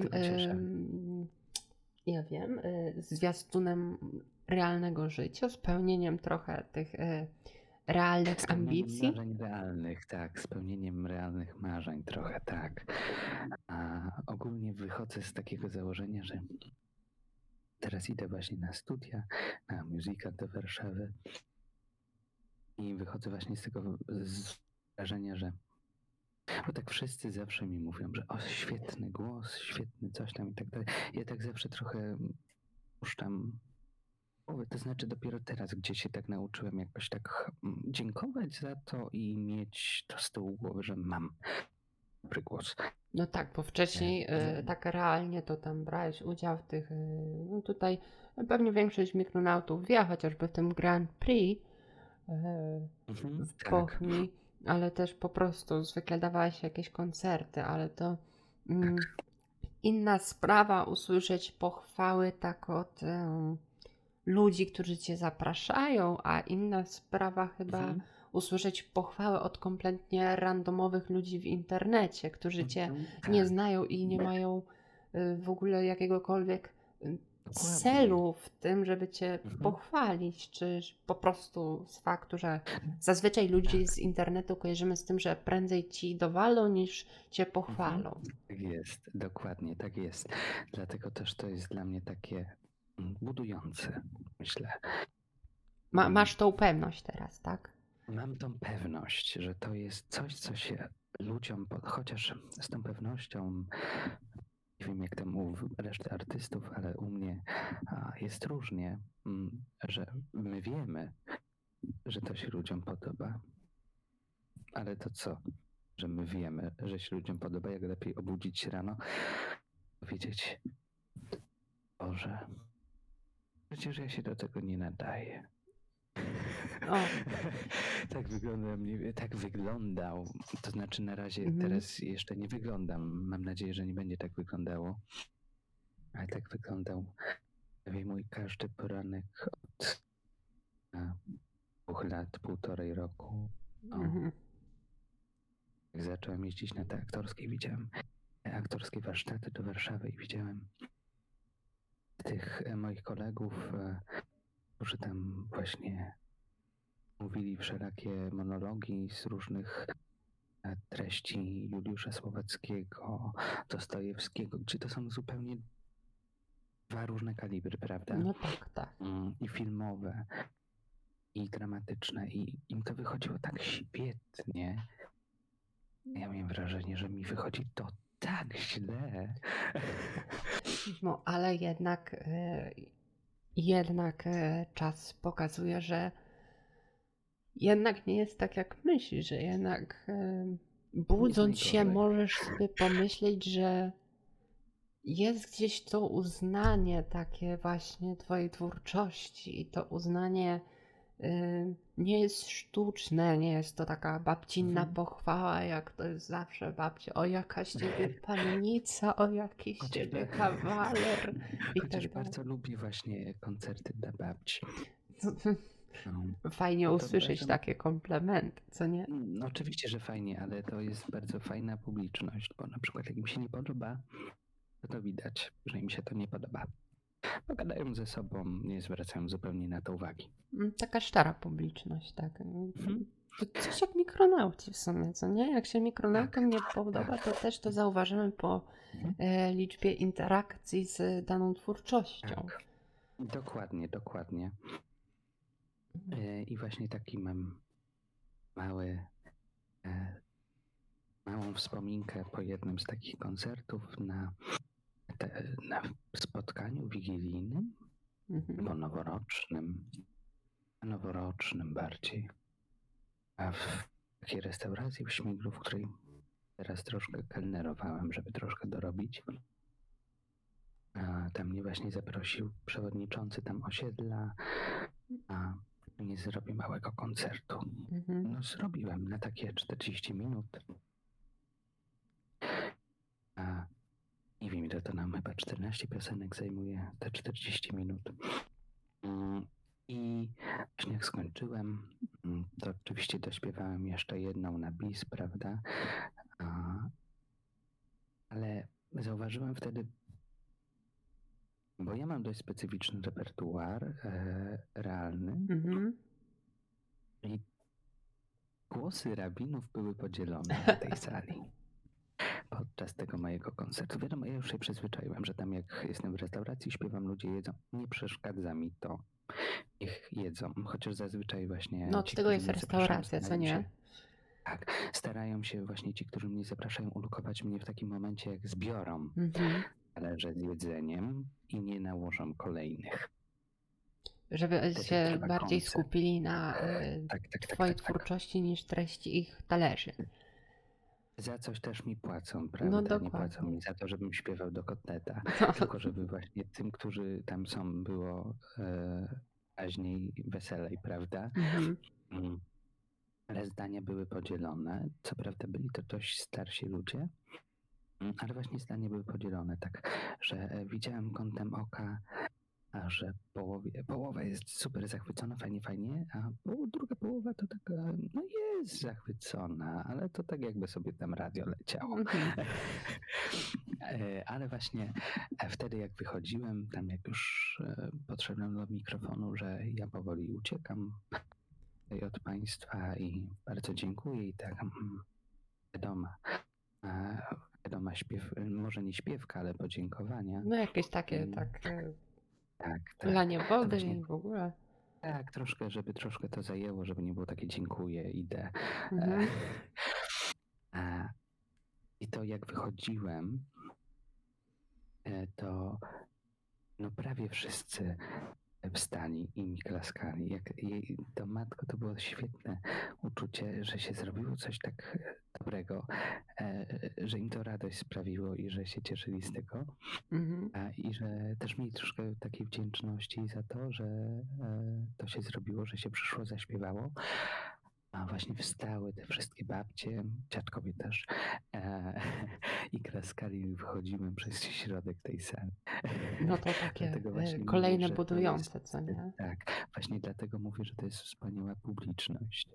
ja wiem, zwiastunem realnego życia, spełnieniem trochę tych realnych ambicji. Marzeń realnych, tak, spełnieniem realnych marzeń trochę, tak. A ogólnie wychodzę z takiego założenia, że teraz idę właśnie na studia, na musical do Warszawy i wychodzę właśnie z tego wrażenia, że bo tak wszyscy zawsze mi mówią, że o, świetny głos, świetny coś tam i tak dalej. Ja tak zawsze trochę puszczam głowy, to znaczy dopiero teraz, gdzie się tak nauczyłem jakoś tak dziękować za to i mieć to z tyłu głowy, że mam dobry głos. No tak, bo wcześniej tak realnie to tam brałeś udział w tych, no tutaj pewnie większość mikronautów wie, chociażby w tym Grand Prix w tak. Bochni, ale też po prostu zwykle dawałeś jakieś koncerty, ale to inna sprawa usłyszeć pochwały tak od ludzi, którzy cię zapraszają, a inna sprawa chyba usłyszeć pochwałę od kompletnie randomowych ludzi w internecie, którzy cię nie znają i nie mają w ogóle jakiegokolwiek celu w tym, żeby cię pochwalić, czy po prostu z faktu, że zazwyczaj ludzi z internetu kojarzymy z tym, że prędzej ci dowalą niż cię pochwalą. Tak jest, dokładnie, tak jest. Dlatego też to jest dla mnie takie budujące, myślę. Masz tą pewność teraz, tak? Mam tą pewność, że to jest coś, co się ludziom, chociaż z tą pewnością, nie wiem jak tam u reszty artystów, ale u mnie jest różnie, że my wiemy, że to się ludziom podoba, ale to co? Że my wiemy, że się ludziom podoba, jak lepiej obudzić się rano, powiedzieć, Boże, przecież ja się do tego nie nadaję. Tak wyglądał, to znaczy na razie teraz jeszcze nie wyglądam, mam nadzieję, że nie będzie tak wyglądało, ale tak wyglądał mój każdy poranek od 2 lat, 1,5 roku. Jak zacząłem jeździć na te aktorskie, widziałem aktorskie warsztaty do Warszawy i widziałem tych moich kolegów, którzy tam właśnie mówili wszelakie monologi z różnych treści Juliusza Słowackiego, Dostojewskiego, gdzie to są zupełnie 2 różne kalibry, prawda? No tak, tak. I filmowe, i dramatyczne, i im to wychodziło tak świetnie. Ja miałem wrażenie, że mi wychodzi to tak źle. No, ale jednak czas pokazuje, że jednak nie jest tak, jak myślisz, że jednak budząc się możesz sobie pomyśleć, że jest gdzieś to uznanie takie właśnie twojej twórczości i to uznanie nie jest sztuczne, nie jest to taka babcinna pochwała, jak to jest zawsze babcia, o jakaś ciebie pannica, o jakiś ciebie kawaler i tak dalej. Bardzo lubię właśnie koncerty dla babci. Fajnie usłyszeć takie komplementy, co nie? No, oczywiście, że fajnie, ale to jest bardzo fajna publiczność, bo na przykład jak im się nie podoba, to widać, że im się to nie podoba. Bo gadają ze sobą, nie zwracają zupełnie na to uwagi. Taka szczera publiczność, tak. To coś jak mikronauci w sumie, co nie? Jak się mikronautom nie podoba, to też to zauważymy po liczbie interakcji z daną twórczością. Tak. Dokładnie. I właśnie taki mam małą wspominkę po jednym z takich koncertów na spotkaniu wigilijnym, bo noworocznym bardziej, a w takiej restauracji w Śmiglu, w której teraz troszkę kelnerowałem, żeby troszkę dorobić. Tam mnie właśnie zaprosił przewodniczący tam osiedla, a nie zrobię małego koncertu. No zrobiłem na takie 40 minut. Nie wiem, ile to nam chyba 14 piosenek zajmuje te 40 minut. I właśnie jak skończyłem, to oczywiście dośpiewałem jeszcze jedną na bis, prawda? Ale zauważyłem wtedy, bo ja mam dość specyficzny repertuar realny i głosy rabinów były podzielone na tej sali. Bo podczas tego mojego koncertu. Wiadomo, ja już się przyzwyczaiłem, że tam jak jestem w restauracji, śpiewam, ludzie jedzą. Nie przeszkadza mi to. Niech jedzą, chociaż zazwyczaj właśnie No od ci, tego którzy jest mnie zapraszają, restauracja, co starają nie? się, tak, starają się właśnie ci, którzy mnie zapraszają, ulokować mnie w takim momencie, jak zbiorą Mhm. talerze z jedzeniem i nie nałożą kolejnych. Żeby Wtedy się trwa bardziej koncert. skupili na twojej Tak. twórczości niż treści ich talerzy. Za coś też mi płacą, No prawda? Nie płacą dokładnie. mi za to, żebym śpiewał do kotleta, tylko żeby właśnie tym, którzy tam są, było raźniej, weselej, prawda? Mhm. Mm. Ale zdania były podzielone. Co prawda byli to dość starsi ludzie, ale właśnie zdania były podzielone, tak, że widziałem kątem oka, a że połowa jest super zachwycona, fajnie, a druga połowa to taka, no jest zachwycona, ale to tak jakby sobie tam radio leciało. Mhm. Ale właśnie wtedy jak wychodziłem, tam jak już podszedłem do mikrofonu, że ja powoli uciekam od Państwa i bardzo dziękuję i tak wiadoma może nie śpiewka, ale podziękowania. No jakieś takie, Tak. lanie To wody właśnie i w ogóle. tak, żeby troszkę to zajęło, żeby nie było takie dziękuję, idę. Mhm. I to jak wychodziłem, to no prawie wszyscy wstali i mi klaskali. To matko, to było świetne uczucie, że się zrobiło coś tak dobrego, że im to radość sprawiło i że się cieszyli z tego. Mhm. I że też mieli troszkę takiej wdzięczności za to, że to się zrobiło, że się przyszło, zaśpiewało. A właśnie wstały te wszystkie babcie, dziadkowie też, i klaskali i wychodziłem przez środek tej sali. No to takie Dlatego właśnie kolejne mówię, że to budujące, jest, co nie? tak, właśnie dlatego mówię, że to jest wspaniała publiczność.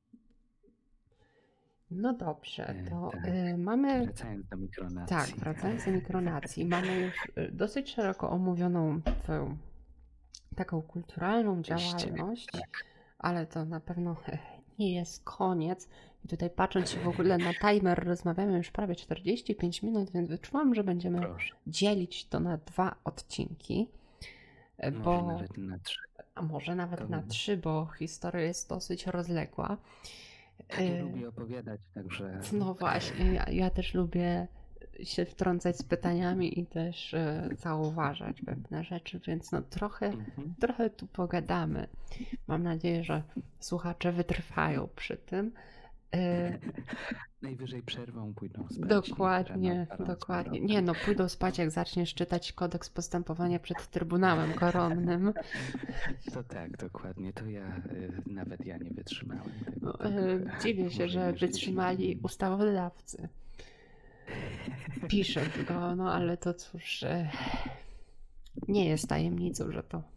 No dobrze, to Tak. mamy... Wracając do mikronacji. Tak, wracając do mikronacji, mamy już dosyć szeroko omówioną twoją taką kulturalną działalność, ale to na pewno nie jest koniec. I tutaj patrząc się w ogóle na timer, rozmawiamy już prawie 45 minut, więc wyczułam, że będziemy dzielić to na 2 odcinki. Może nawet na 3. A może nawet na 3, bo historia jest dosyć rozległa. Ja lubię opowiadać, także... No właśnie, ja też lubię się wtrącać z pytaniami i też zauważać pewne rzeczy, więc no trochę tu pogadamy. Mam nadzieję, że słuchacze wytrwają przy tym. Najwyżej przerwą, pójdą spać. Dokładnie. Nie no, pójdą spać, jak zaczniesz czytać kodeks postępowania przed Trybunałem Koronnym. To tak, dokładnie. To nawet ja nie wytrzymałem tego. Dziwię się, że wytrzymali ustawodawcy. Piszę go, no ale to cóż, nie jest tajemnicą, że to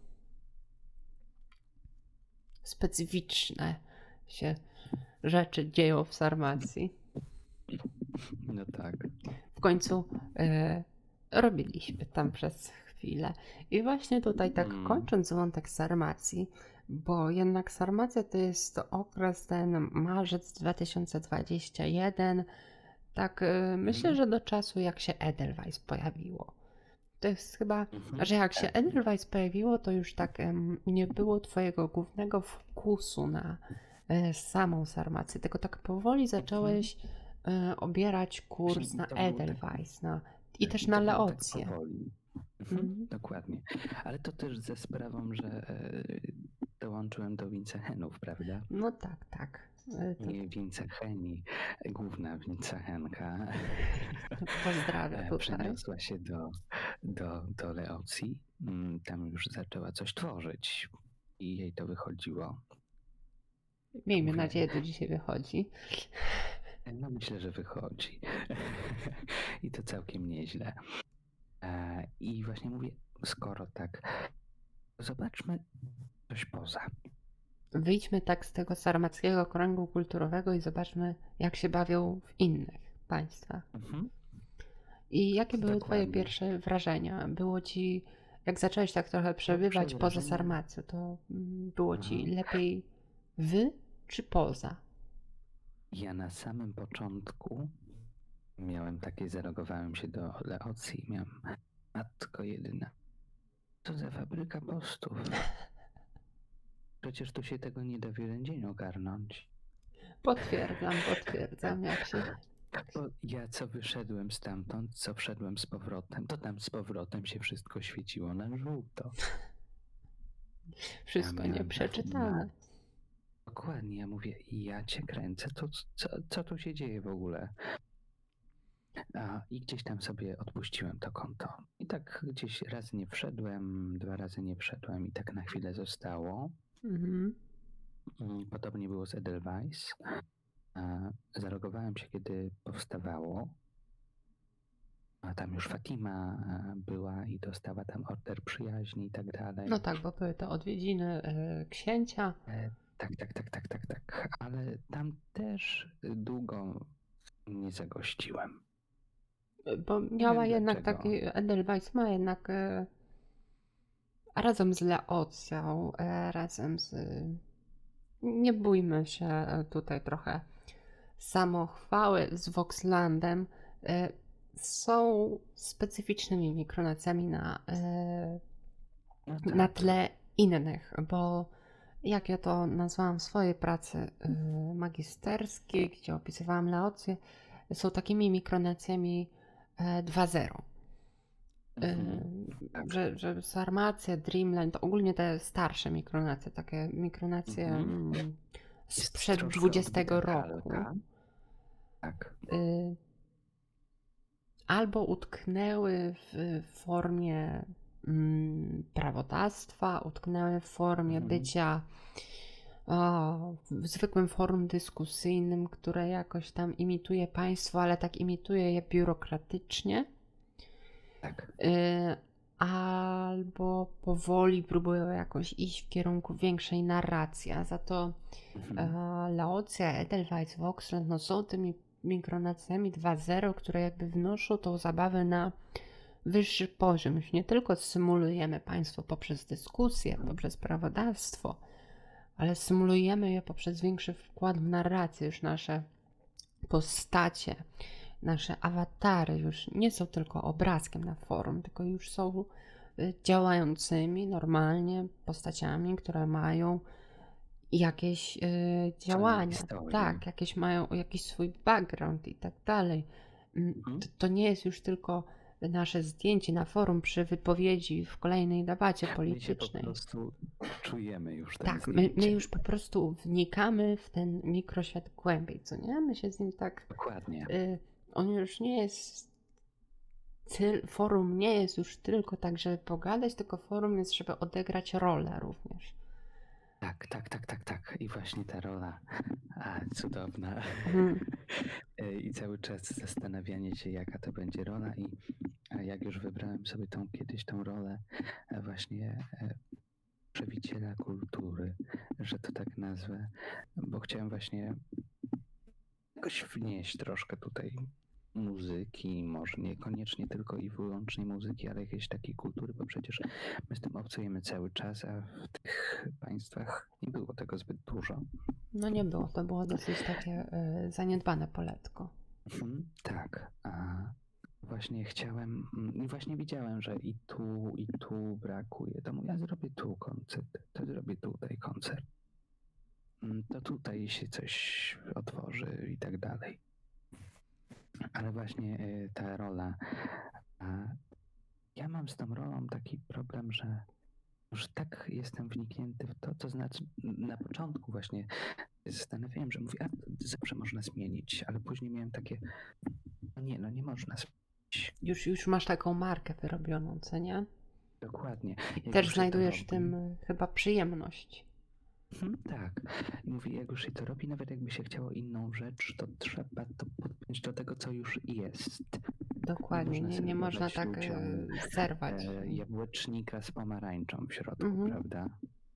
specyficzne się rzeczy dzieją w Sarmacji. No tak. W końcu robiliśmy tam przez chwilę. I właśnie tutaj tak kończąc wątek Sarmacji, bo jednak Sarmacja to jest okres ten marzec 2021, tak myślę, że do czasu jak się Edelweiss pojawiło. To jest chyba, że jak się Edelweiss pojawiło, to już tak nie było twojego głównego fokusu na samą Sarmację, tylko tak powoli zacząłeś obierać kurs na Edelweiss i też na Leocję. Dokładnie. Ale to też ze sprawą, że dołączyłem do Wincechenów, prawda? No tak. Nie Wincecheni, główna Wincechenka. Pozdrawiam tutaj. Przeniosła się do Leocji. Tam już zaczęła coś tworzyć i jej to wychodziło. Miejmy nadzieję, że dzisiaj wychodzi. No myślę, że wychodzi. I to całkiem nieźle. I właśnie mówię, skoro tak, zobaczmy coś poza. Wyjdźmy tak z tego sarmackiego kręgu kulturowego i zobaczmy, jak się bawią w innych państwach. I jakie były twoje pierwsze wrażenia? Było ci, jak zacząłeś tak trochę przebywać poza Sarmacją, to było ci lepiej czy poza? Ja na samym początku Miałem takie, zalogowałem się do Leocji, miałem matko jedyna. Co za fabryka postów. Przecież tu się tego nie da w jeden dzień ogarnąć. Potwierdzam, jak się... Bo ja co wyszedłem stamtąd, co wszedłem z powrotem, to tam z powrotem się wszystko świeciło na żółto. Wszystko miałem nieprzeczytane. Dokładnie, ja mówię, ja cię kręcę, co tu się dzieje w ogóle? I gdzieś tam sobie odpuściłem to konto. I tak gdzieś raz nie wszedłem, 2 razy nie wszedłem i tak na chwilę zostało. Mhm. Podobnie było z Edelweiss. Zalogowałem się, kiedy powstawało. A tam już Fatima była i dostała tam order przyjaźni i tak dalej. No tak, bo były to odwiedziny księcia. Tak. Ale tam też długo nie zagościłem. Bo miała jednak dlaczego. taki, Edelweiss ma jednak razem z Leocją, razem z... Nie bójmy się tutaj trochę samochwały z Voxlandem. Są specyficznymi mikronacjami No na tak. tle innych, bo jak ja to nazwałam w swojej pracy magisterskiej, gdzie opisywałam Leocję, są takimi mikronacjami 2.0. Tak. Że Sarmacja, Dreamland, ogólnie te starsze mikronacje, takie mikronacje Jest sprzed troszkę 20 odbita roku, kalka. Tak. albo utknęły w formie prawodawstwa, utknęły w formie bycia w zwykłym forum dyskusyjnym, które jakoś tam imituje państwo, ale tak imituje je biurokratycznie. Tak. Albo powoli próbują jakoś iść w kierunku większej narracji, a za to Laocja, Edelweiss, Voxland no są tymi mikronacjami 2.0, które jakby wnoszą tą zabawę na wyższy poziom. Już nie tylko symulujemy państwo poprzez dyskusję, poprzez prawodawstwo, ale symulujemy je poprzez większy wkład w narrację. Już nasze postacie, nasze awatary już nie są tylko obrazkiem na forum, tylko już są działającymi normalnie postaciami, które mają jakieś działania, tak, jakieś mają jakiś swój background i tak dalej. To nie jest już tylko nasze zdjęcie na forum przy wypowiedzi w kolejnej debacie politycznej. My się po prostu czujemy już ten tak, my już po prostu wnikamy w ten mikroświat głębiej, co nie? My się z nim tak... Dokładnie. On już nie jest... Forum nie jest już tylko tak, żeby pogadać, tylko forum jest, żeby odegrać rolę również. Tak. I właśnie ta rola cudowna. I cały czas zastanawianie się, jaka to będzie rola i jak już wybrałem sobie kiedyś tą rolę właśnie przewiciela kultury, że to tak nazwę, bo chciałem właśnie jakoś wnieść troszkę tutaj muzyki, może niekoniecznie tylko i wyłącznie muzyki, ale jakiejś takiej kultury, bo przecież my z tym obcujemy cały czas, a w tych państwach nie było tego zbyt dużo. No nie było, to było dosyć takie zaniedbane poletko. Tak, właśnie chciałem, właśnie widziałem, że i tu brakuje, to ja zrobię tu koncert, to zrobię tutaj koncert, to tutaj się coś otworzy i tak dalej. Ale właśnie ta rola, ja mam z tą rolą taki problem, że już tak jestem wniknięty w to znaczy na początku właśnie zastanawiałem, że mówię, zawsze można zmienić, ale później miałem takie, nie można zmienić. Już masz taką markę wyrobioną, co nie? Dokładnie. I też znajdujesz w tym chyba przyjemność. Tak. I mówię, jak już się to robi, nawet jakby się chciało inną rzecz, to trzeba to podpiąć do tego, co już jest. Dokładnie, nie można tak zerwać. Jabłecznika z pomarańczą w środku, prawda?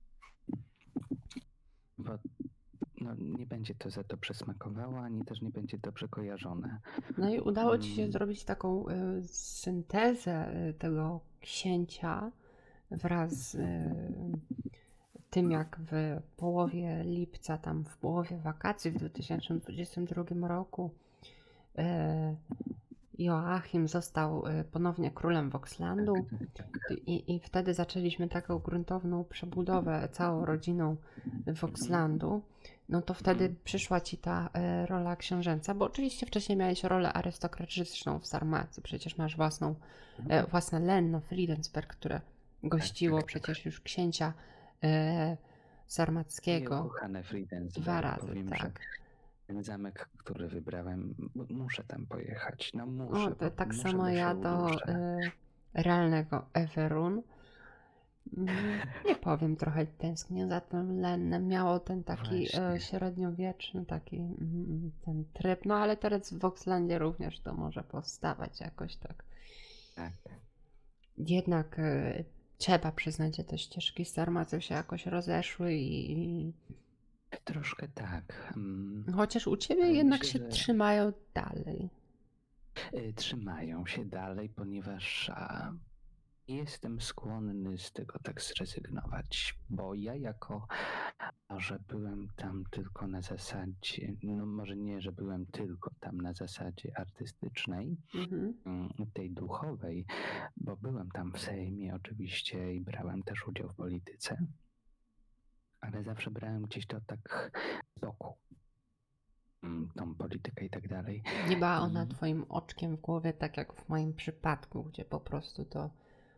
Bo nie będzie to za to przesmakowało, ani też nie będzie dobrze kojarzone. No i udało ci się zrobić taką syntezę tego księcia wraz z tym, jak w połowie lipca, tam w połowie wakacji w 2022 roku e, Joachim został ponownie królem Voxlandu i wtedy zaczęliśmy taką gruntowną przebudowę całą rodziną Voxlandu. No to wtedy przyszła ci ta rola książęca, bo oczywiście wcześniej miałeś rolę arystokratyczną w Sarmacji, przecież masz własne Lenno, Friedensberg, które gościło przecież już księcia sarmackiego Ukochane Friedensberg. 2 razy, Powiem, że tak. ten zamek, który wybrałem, muszę tam pojechać. No O, muszę, tak muszę, samo bo się ja do uduszę. realnego Everun. Nie powiem, trochę tęsknię za tym Lennem. Miało ten taki Właśnie. średniowieczny taki ten tryb, no ale teraz w Voxlandzie również to może powstawać jakoś tak. Tak. Jednak trzeba przyznać, że te ścieżki z Sarmacją się jakoś rozeszły i Troszkę tak. chociaż u ciebie Ale jednak myślę, się że trzymają dalej. trzymają się dalej, ponieważ jestem skłonny z tego tak zrezygnować, bo ja że byłem tam tylko na zasadzie, no może nie, że byłem tylko tam na zasadzie artystycznej, tej duchowej, bo byłem tam w Sejmie oczywiście i brałem też udział w polityce, ale zawsze brałem gdzieś to tak z boku, tą politykę i tak dalej. Nie była ona twoim oczkiem w głowie, tak jak w moim przypadku, gdzie po prostu to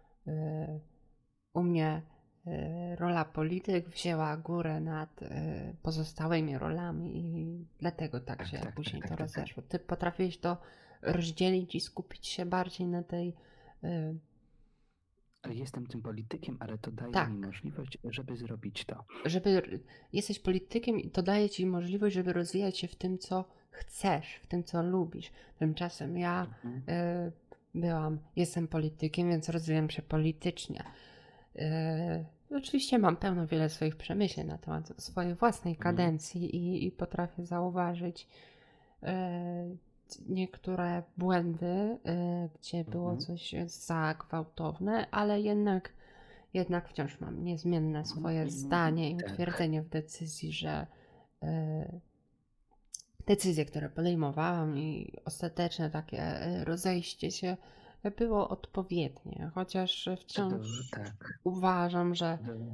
u mnie rola polityk wzięła górę nad pozostałymi rolami i dlatego tak się później to rozeszło. Ty potrafiłeś to rozdzielić i skupić się bardziej na tej... Jestem tym politykiem, ale to daje Tak. mi możliwość, żeby zrobić to. Jesteś politykiem i to daje ci możliwość, żeby rozwijać się w tym, co chcesz, w tym, co lubisz. Tymczasem ja jestem politykiem, więc rozwijam się politycznie. Oczywiście mam wiele swoich przemyśleń na temat swojej własnej kadencji i potrafię zauważyć niektóre błędy, gdzie było coś za gwałtowne, ale jednak wciąż mam niezmienne swoje zdanie i utwierdzenie w decyzji, że decyzje, które podejmowałam i ostateczne takie rozejście się było odpowiednie, chociaż wciąż uważam, że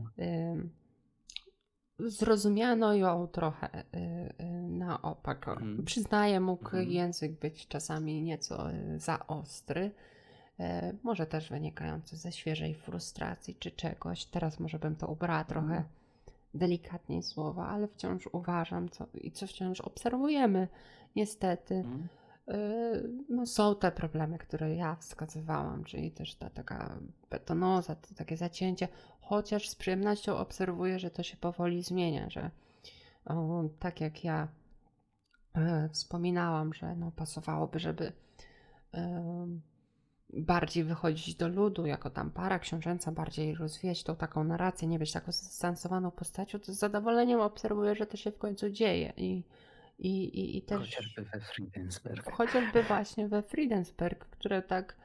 zrozumiano ją trochę na opak. Przyznaję, mógł język być czasami nieco za ostry, może też wynikający ze świeżej frustracji czy czegoś. Teraz może bym to ubrała trochę delikatniej słowa, ale wciąż uważam, co wciąż obserwujemy, niestety, no są te problemy, które ja wskazywałam, czyli też ta taka betonoza, to takie zacięcie, chociaż z przyjemnością obserwuję, że to się powoli zmienia, że tak jak ja wspominałam, że no, pasowałoby, żeby bardziej wychodzić do ludu, jako tam para książęca, bardziej rozwijać tą taką narrację, nie być taką zdystansowaną postacią, to z zadowoleniem obserwuję, że to się w końcu dzieje i też... Chociażby we Friedensberg. Chociażby właśnie we Friedensberg, które tak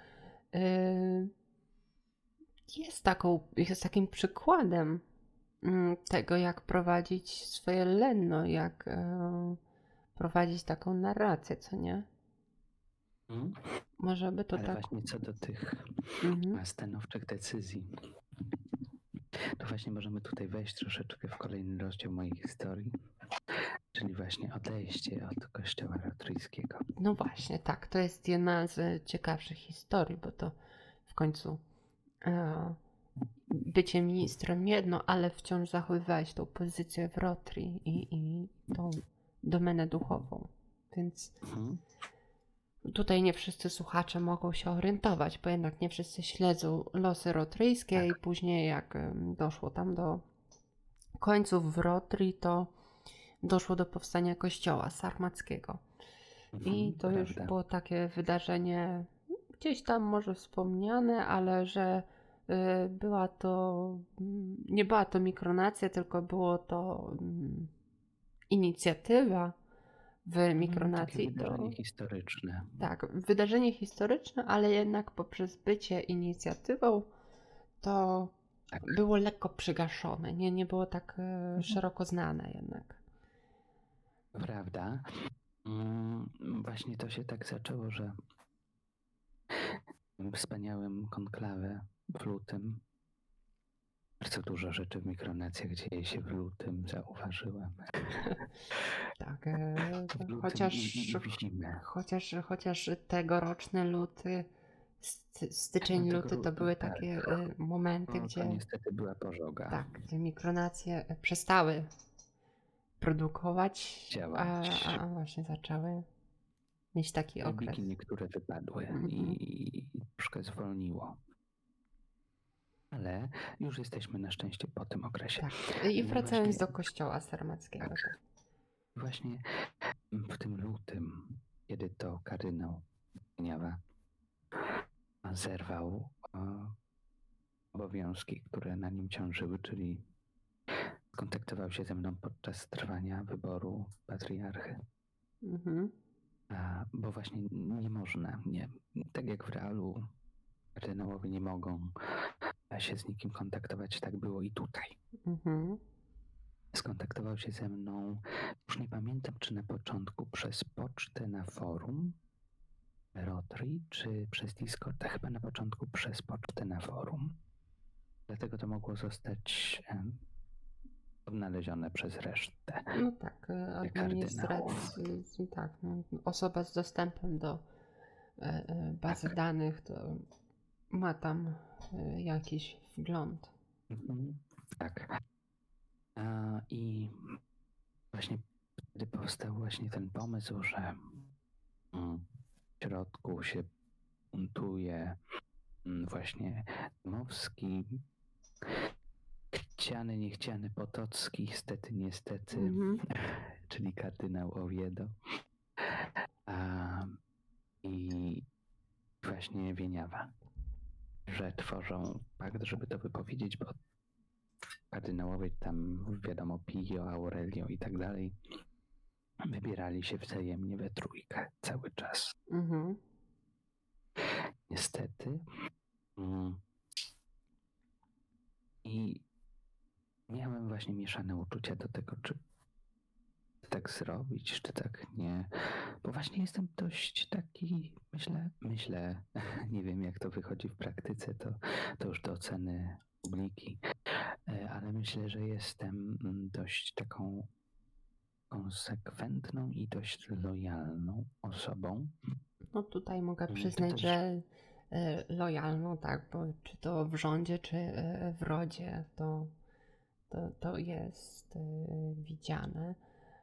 jest takim przykładem tego, jak prowadzić swoje Lenno, jak prowadzić taką narrację, co nie? Może by to ale tak... właśnie co do tych stanowczych decyzji, to właśnie możemy tutaj wejść troszeczkę w kolejny rozdział mojej historii, czyli właśnie odejście od kościoła rotryjskiego. No właśnie, tak, to jest jedna z ciekawszych historii, bo to w końcu bycie ministrem jedno, ale wciąż zachowywałeś tą pozycję w Rotrii i tą domenę duchową, więc tutaj nie wszyscy słuchacze mogą się orientować, bo jednak nie wszyscy śledzą losy rotryjskie i później jak doszło tam do końców w Rotrii, to doszło do powstania kościoła sarmackiego. I to już było takie wydarzenie gdzieś tam może wspomniane, ale że nie była to mikronacja, tylko było to inicjatywa w mikronacji. Takie wydarzenie historyczne. Tak, wydarzenie historyczne, ale jednak poprzez bycie inicjatywą to było lekko przygaszone. Nie było tak szeroko znane jednak. Prawda. właśnie to się tak zaczęło, że w wspaniałym konklawę w lutym bardzo dużo rzeczy w Mikronacjach dzieje się w lutym, zauważyłem. Tak, W lutym i chociaż, w zimę. chociaż tegoroczny luty, No styczeń, luty to były tak, takie momenty, to gdzie niestety była pożoga. tak, gdzie mikronacje przestały produkować, Działać. a właśnie zaczęły mieć taki okres. Biki niektóre wypadły i troszkę zwolniło. Ale już jesteśmy na szczęście po tym okresie. Tak. I wracając do kościoła sarmackiego. Tak. Właśnie w tym lutym, kiedy to kardynał Gniewa zerwał obowiązki, które na nim ciążyły, czyli skontaktował się ze mną podczas trwania wyboru patriarchy. Bo właśnie nie można, tak jak w realu kardynałowie nie mogą się z nikim kontaktować, tak było i tutaj. Skontaktował się ze mną, już nie pamiętam, czy na początku przez pocztę na forum Rotary, czy przez Discorda, chyba na początku przez pocztę na forum. Dlatego to mogło zostać odnalezione przez resztę. No tak, administracji, tak, no, osoba z dostępem do bazy danych to ma tam jakiś wgląd. Tak. I właśnie wtedy powstał właśnie ten pomysł, że w środku się buntuje właśnie Dmowski, chciany, niechciany Potocki, niestety, czyli kardynał Oviedo. I właśnie Wieniawa, że tworzą pakt, żeby to wypowiedzieć, bo kardynałowie tam, wiadomo, Pio, Aurelio i tak dalej, wybierali się wzajemnie we trójkę cały czas. Niestety. I miałem właśnie mieszane uczucia do tego, czy tak zrobić, czy tak nie. Bo właśnie jestem dość taki, myślę, nie wiem jak to wychodzi w praktyce, to już do oceny publiki, ale myślę, że jestem dość taką konsekwentną i dość lojalną osobą. No tutaj mogę przyznać, że lojalną, tak, bo czy to w rządzie, czy w rodzie, to jest widziane.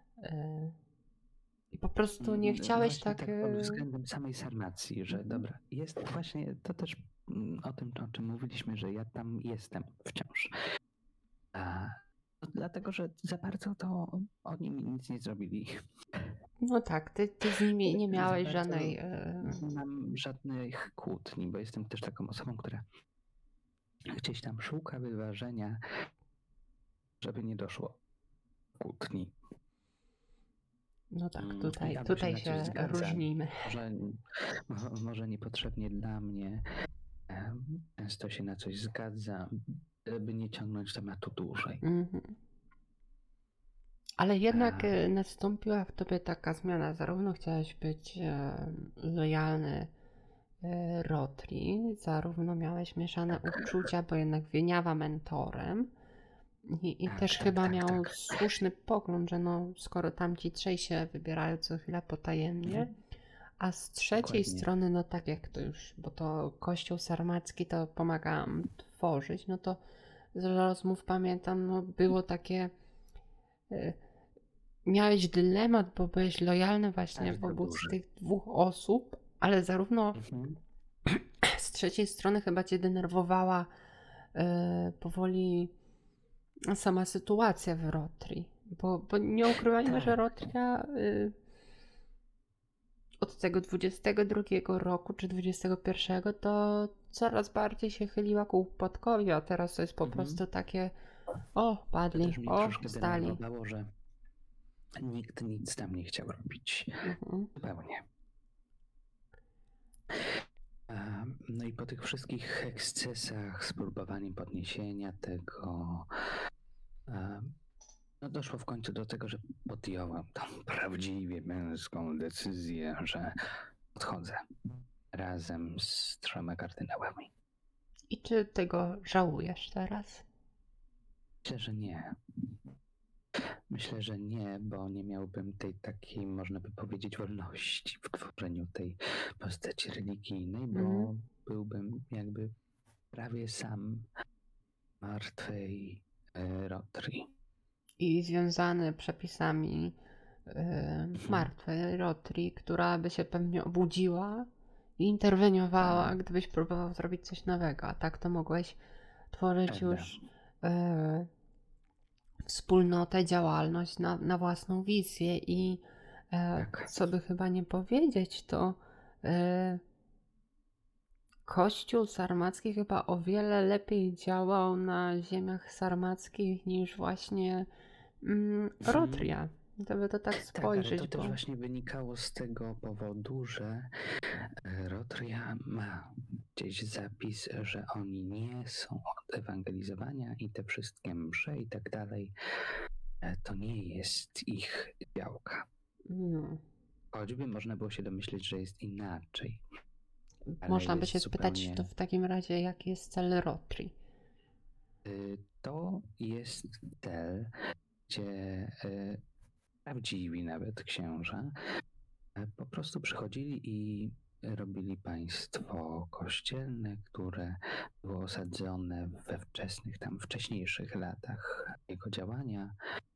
I po prostu nie chciałeś właśnie tak... pod względem samej Sarmacji, że dobra, jest właśnie to też o tym, o czym mówiliśmy, że ja tam jestem wciąż. Dlatego, że za bardzo to oni mi nic nie zrobili. No tak, ty z nimi nie miałeś żadnej... Nie mam żadnych kłótni, bo jestem też taką osobą, która gdzieś tam szuka wyważenia, żeby nie doszło kłótni. No tak, tutaj się różnimy. Może niepotrzebnie dla mnie. Często się na coś zgadza, żeby nie ciągnąć tematu dłużej. Ale jednak nastąpiła w tobie taka zmiana. Zarówno chciałeś być lojalny Rotri, zarówno miałeś mieszane uczucia, bo jednak Wieniawa mentorem i też chyba miał słuszny pogląd, że no, skoro tamci trzej się wybierają co chwila potajemnie, a z trzeciej strony, no tak jak to już, bo to Kościół Sarmacki to pomagałam tworzyć, no to z rozmów pamiętam, no było takie... Miałeś dylemat, bo byłeś lojalny właśnie wobec tych dwóch osób, ale zarówno z trzeciej strony chyba cię denerwowała powoli sama sytuacja w Rotri. Bo nie ukrywajmy, że Rotria od tego 22 roku czy 21 to coraz bardziej się chyliła ku upadkowi, a teraz to jest po prostu takie padli, stali. Że nikt nic tam nie chciał robić. Zupełnie. No i po tych wszystkich ekscesach, spróbowaniem podniesienia tego, No doszło w końcu do tego, że podjąłem tą prawdziwie męską decyzję, że odchodzę razem z 3 kardynałami. I czy tego żałujesz teraz? Myślę, że nie. Myślę, że nie, bo nie miałbym tej takiej, można by powiedzieć, wolności w tworzeniu tej postaci religijnej, bo byłbym jakby prawie sam martwej Rotary. I związany przepisami martwej Rotary, która by się pewnie obudziła i interweniowała, gdybyś próbował zrobić coś nowego. A tak to mogłeś tworzyć już wspólnotę, działalność na własną wizję i co by chyba nie powiedzieć, to Kościół sarmacki chyba o wiele lepiej działał na ziemiach sarmackich niż właśnie Rotria. Gdyby to tak spojrzeć. Tak, ale to też właśnie wynikało z tego powodu, że Rotria ma gdzieś zapis, że oni nie są od ewangelizowania i te wszystkie msze i tak dalej, to nie jest ich działka. Choćby można było się domyśleć, że jest inaczej. Można by się spytać, to w takim razie jaki jest cel Rotary? To jest cel, gdzie prawdziwi nawet księża po prostu przychodzili i robili państwo kościelne, które było osadzone we wcześniejszych latach jego działania,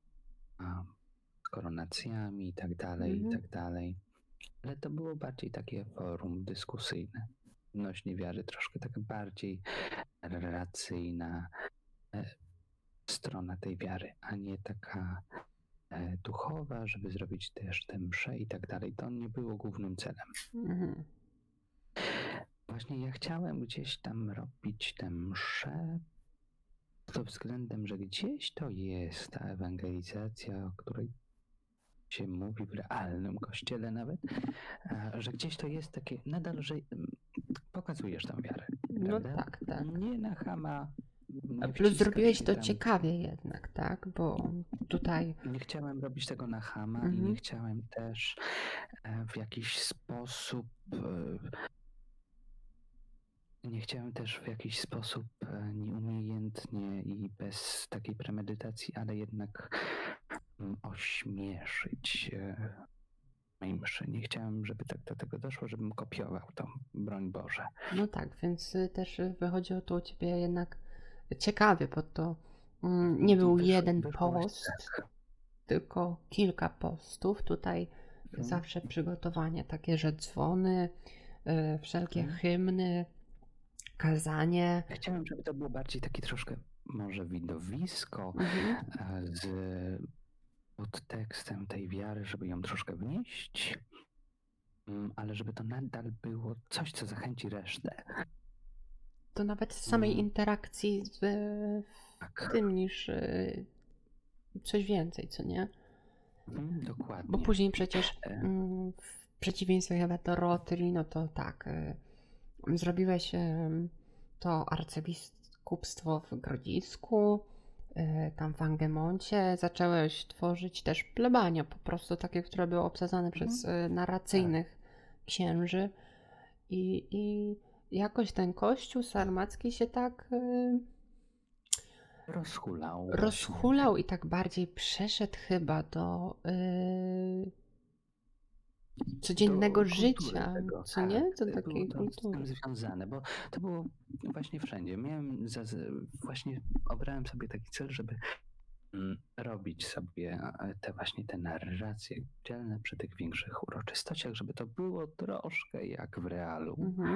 z koronacjami i tak dalej, i tak dalej. Ale to było bardziej takie forum dyskusyjne odnośnie wiary, troszkę tak bardziej relacyjna strona tej wiary, a nie taka duchowa, żeby zrobić też te msze i tak dalej. To nie było głównym celem. Właśnie ja chciałem gdzieś tam robić te msze pod względem, że gdzieś to jest ta ewangelizacja, o której się mówi w realnym kościele nawet, że gdzieś to jest takie nadal, że pokazujesz tą wiarę. Prawda? No tak. Nie na chama. Plus zrobiłeś to ciekawie jednak, tak? Bo tutaj... Nie chciałem robić tego na chama i nie chciałem też w jakiś sposób nieumiejętnie i bez takiej premedytacji, ale jednak ośmieszyć mojej mszy. Nie chciałem, żeby tak do tego doszło, żebym kopiował to, broń Boże. No tak, więc też wychodziło to u ciebie jednak ciekawie, bo to nie był jeden post, tylko kilka postów. Tutaj zawsze przygotowanie takie, że dzwony, wszelkie hymny, kazanie. Chciałem, żeby to było bardziej takie troszkę może widowisko z podtekstem tej wiary, żeby ją troszkę wnieść, ale żeby to nadal było coś, co zachęci resztę. To nawet z samej interakcji z tym niż coś więcej, co nie? Dokładnie. Bo później przecież w przeciwieństwie chyba do Rotary, no to tak, zrobiłeś to arcybiskupstwo w Grodzisku, tam w Angemoncie, zacząłeś tworzyć też plebania, po prostu takie, które były obsadzane przez narracyjnych księży i jakoś ten kościół sarmacki się tak rozhulał i tak bardziej przeszedł chyba do codziennego życia, co nie? Do takiej kultury. Związane, bo to było właśnie wszędzie. Właśnie obrałem sobie taki cel, żeby robić sobie te narracje dzielne przy tych większych uroczystościach, żeby to było troszkę jak w realu.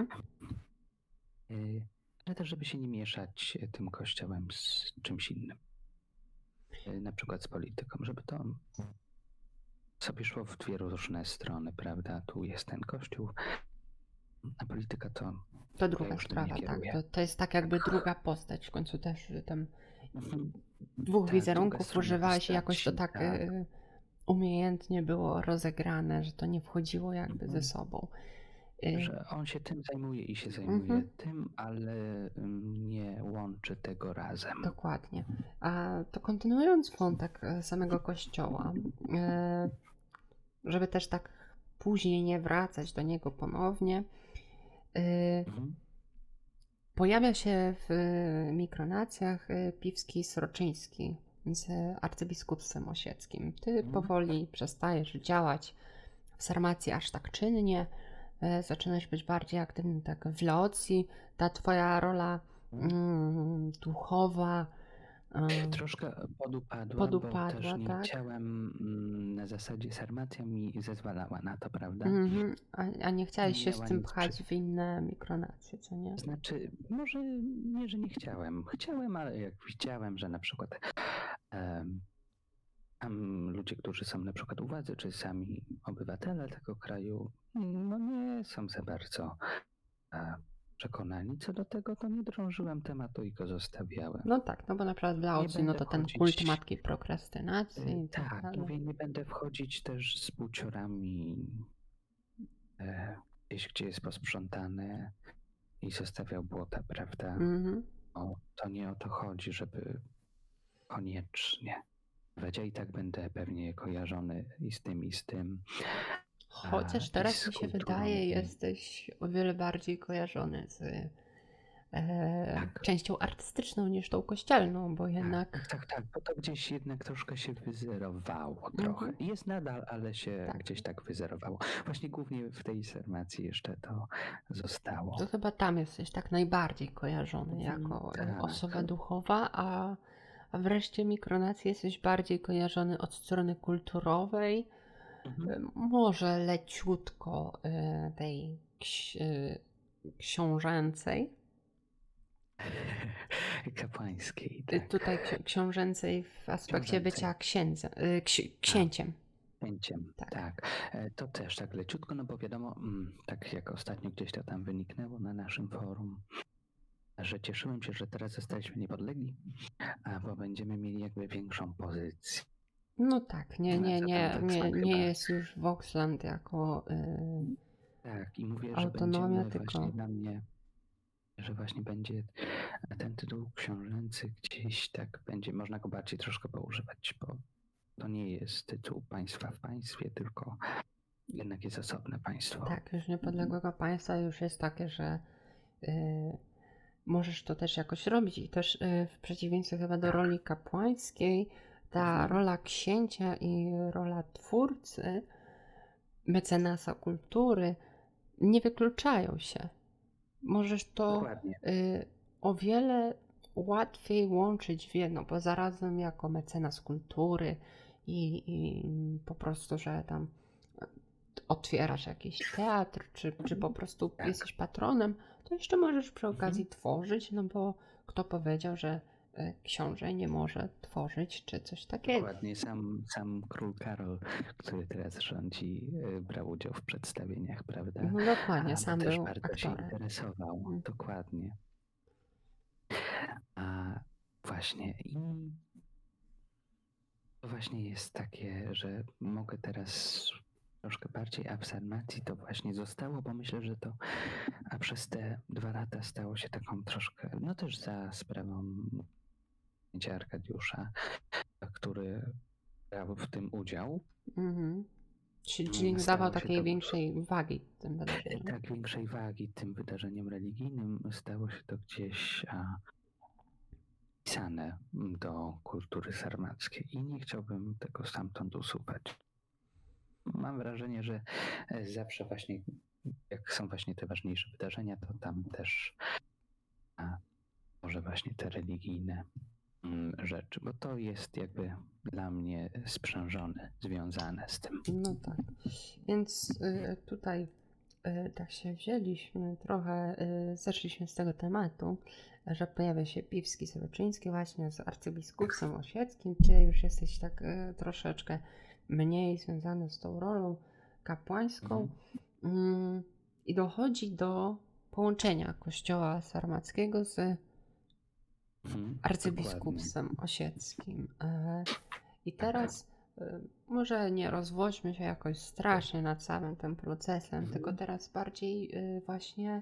Ale też, żeby się nie mieszać tym kościołem z czymś innym. Na przykład z polityką, żeby to sobie szło w dwie różne strony, prawda? Tu jest ten kościół, a polityka to druga sprawa, tak. To jest tak jakby druga postać. W końcu też tam dwóch wizerunków używałeś i jakoś to tak umiejętnie było rozegrane, że to nie wchodziło jakby ze sobą. Że on się tym zajmuje i się zajmuje Mhm. tym, ale nie łączy tego razem. Dokładnie. A to kontynuując wątek samego kościoła, żeby też tak później nie wracać do niego ponownie, Mhm. pojawia się w Mikronacjach Piwski Sroczyński z arcybiskupstwem osieckim. Ty powoli przestajesz działać w Sarmacji aż tak czynnie, zaczynasz być bardziej aktywny tak w Leocji. Ta twoja rola duchowa Troszkę bo też podupadła, nie tak? chciałem na zasadzie Sarmacja mi zezwalała na to, prawda? Mhm. A nie chciałeś Nie się z miała tym nic pchać w inne mikronacje, co nie? Znaczy, może nie, że nie chciałem. Chciałem, ale jak widziałem, że na przykład tam ludzie, którzy są na przykład u władzy, czy sami obywatele tego kraju, no nie są za bardzo przekonani co do tego, to nie drążyłem tematu i go zostawiałem. No tak, no bo na przykład w Nie Laocji, no będę to ten kult wchodzić, matki prokrastynacji i tak tak, dalej. mówię, nie będę wchodzić też z buciorami gdzieś, gdzie jest posprzątane i zostawiał błota, prawda? Mhm. To nie o to chodzi, żeby koniecznie. Ja i tak będę pewnie kojarzony i z tym, i z tym. Chociaż I teraz z mi się kulturą. wydaje, jesteś o wiele bardziej kojarzony z Tak. częścią artystyczną niż tą kościelną, bo jednak... Tak, bo to gdzieś jednak troszkę się wyzerowało trochę. Jest nadal, ale się gdzieś tak wyzerowało. Właśnie głównie w tej Sarmacji jeszcze to zostało. To chyba tam jesteś tak najbardziej kojarzony jako osoba duchowa, a wreszcie Mikronacji jesteś bardziej kojarzony od strony kulturowej, może leciutko tej książęcej. Kapłańskiej, tak. Tutaj książęcej w aspekcie bycia księciem. Księciem, tak. To też tak leciutko, no bo wiadomo, tak jak ostatnio gdzieś to tam wyniknęło na naszym forum, że cieszyłem się, że teraz zostaliśmy niepodlegli, bo będziemy mieli jakby większą pozycję. No tak, nie jest już Voxland jako tak, i mówię, autonomia, że będziemy właśnie dla mnie, że właśnie będzie ten tytuł książęcy gdzieś tak będzie, można go bardziej troszkę poużywać, bo to nie jest tytuł państwa w państwie, tylko jednak jest osobne państwo. Tak, już niepodległego państwa już jest takie, że możesz to też jakoś robić i też w przeciwieństwie chyba do roli kapłańskiej, ta rola księcia i rola twórcy, mecenasa kultury nie wykluczają się. Możesz to o wiele łatwiej łączyć w jedno, bo zarazem jako mecenas kultury i po prostu, że tam otwierasz jakiś teatr, czy po prostu jesteś patronem, to jeszcze możesz przy okazji tworzyć, no bo kto powiedział, że książę nie może tworzyć, czy coś takiego. Dokładnie, sam król Karol, który teraz rządzi, brał udział w przedstawieniach, prawda? No dokładnie, sam też był bardzo aktorem. się interesował, dokładnie. A właśnie i to właśnie jest takie, że mogę teraz troszkę bardziej, a w Sarmacji to właśnie zostało, bo myślę, że to przez te 2 lata stało się taką troszkę, no też za sprawą Arkadiusza, który brał w tym udział. Czyli nadawał takiej większej wagi tym wydarzeniom. Tak, większej wagi tym wydarzeniom religijnym. Stało się to gdzieś wpisane do kultury sarmackiej i nie chciałbym tego stamtąd usuwać. Mam wrażenie, że zawsze właśnie, jak są właśnie te ważniejsze wydarzenia, to tam też może właśnie te religijne rzeczy, bo to jest jakby dla mnie sprzężone, związane z tym. No tak, więc tutaj tak się wzięliśmy, trochę zeszliśmy z tego tematu, że pojawia się Piwski Sroczyński właśnie z arcybiskupstwem osieckim. Ty już jesteś tak troszeczkę mniej związany z tą rolą kapłańską i dochodzi do połączenia kościoła sarmackiego z arcybiskupstwem osieckim. I teraz Może nie rozwoźmy się jakoś strasznie nad całym tym procesem, tylko Mhm. teraz bardziej właśnie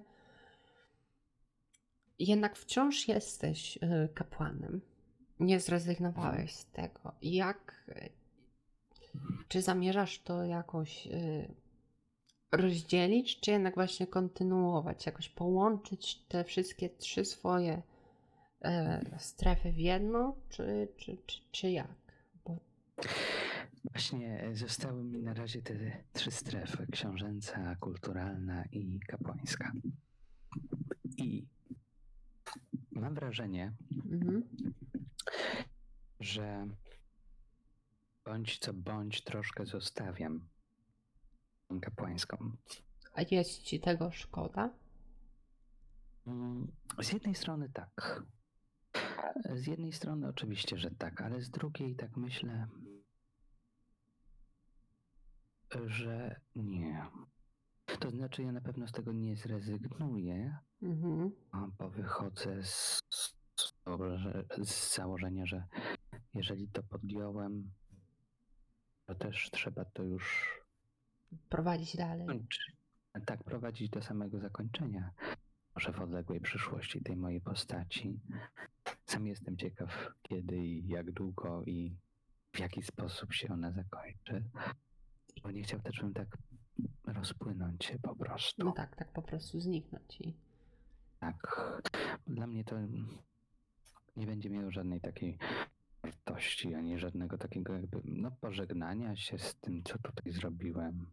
jednak wciąż jesteś kapłanem. Nie Mhm. zrezygnowałeś z tego. Czy zamierzasz to jakoś rozdzielić, czy jednak właśnie kontynuować, jakoś połączyć te wszystkie trzy swoje strefy w jedno, czy jak? Bo Właśnie zostały mi na razie te 3 strefy: książęca, kulturalna i kapłańska. I mam wrażenie, mhm. że bądź co bądź troszkę zostawiam tą kapłańską. A jest ci tego szkoda? Z jednej strony tak. Z jednej strony oczywiście, że tak, ale z drugiej tak myślę, że nie. To znaczy, ja na pewno z tego nie zrezygnuję, Mhm. bo wychodzę z założenia, że jeżeli to podjąłem, to też trzeba to już Prowadzić dalej. kończyć. Tak, prowadzić do samego zakończenia. Może w odległej przyszłości tej mojej postaci. Sam jestem ciekaw, kiedy i jak długo i w jaki sposób się ona zakończy. Bo nie chciał też bym tak rozpłynąć się po prostu. No tak po prostu zniknąć. Tak. Dla mnie to nie będzie miało żadnej takiej wartości, ani żadnego takiego jakby pożegnania się z tym, co tutaj zrobiłem.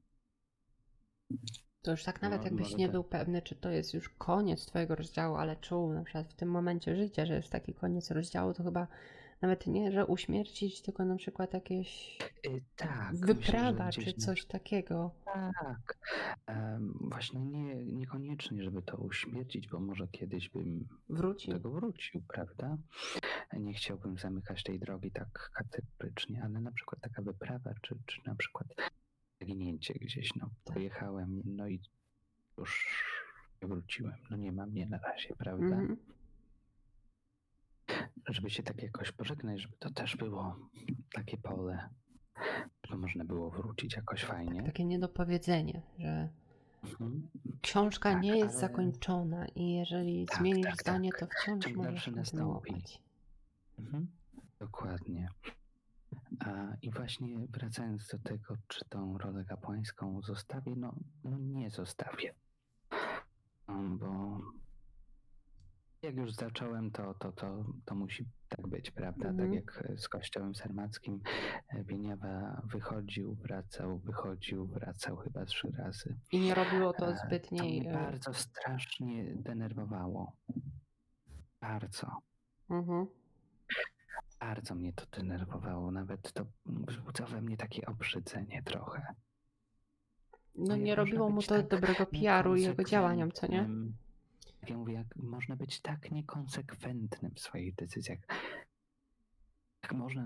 To już tak nawet jakbyś Może nie tak. był pewny, czy to jest już koniec twojego rozdziału, ale czuł na przykład w tym momencie życia, że jest taki koniec rozdziału, to chyba nawet nie, że uśmiercić, tylko na przykład jakieś Tak, myślę, że wyprawa, czy gdzieś coś takiego. tak. Właśnie niekoniecznie, żeby to uśmiercić, bo może kiedyś bym do Wrócił. tego wrócił, prawda? Nie chciałbym zamykać tej drogi tak kategorycznie, ale na przykład taka wyprawa, czy na przykład zaginięcie gdzieś, Tak. pojechałem, i już nie wróciłem. Nie ma mnie na razie, prawda? Mhm. Żeby się tak jakoś pożegnać, żeby to też było takie pole, żeby można było wrócić jakoś fajnie. Takie niedopowiedzenie, że Mhm. książka Tak, nie jest ale zakończona i jeżeli Tak, zmienisz tak, zdanie, tak. to wciąż Ciąg możesz dalszy nastąpi. kontynuować. Dokładnie. I właśnie wracając do tego, czy tą rolę kapłańską zostawię, nie zostawię. Bo jak już zacząłem, to musi tak być, prawda? Tak Mhm. jak z kościołem sarmackim, Wieniawa wychodził, wracał chyba 3 razy. I nie robiło to To zbytniej. mnie bardzo strasznie denerwowało. Bardzo. Mhm. Bardzo mnie to denerwowało. Nawet to wzbudzało we mnie takie obrzydzenie trochę. No Jak nie można robiło mu być to tak dobrego PR-u i jego działaniom, co nie? niekonsekwentnym? Jak ja mówię, jak można być tak niekonsekwentnym w swoich decyzjach? Jak można,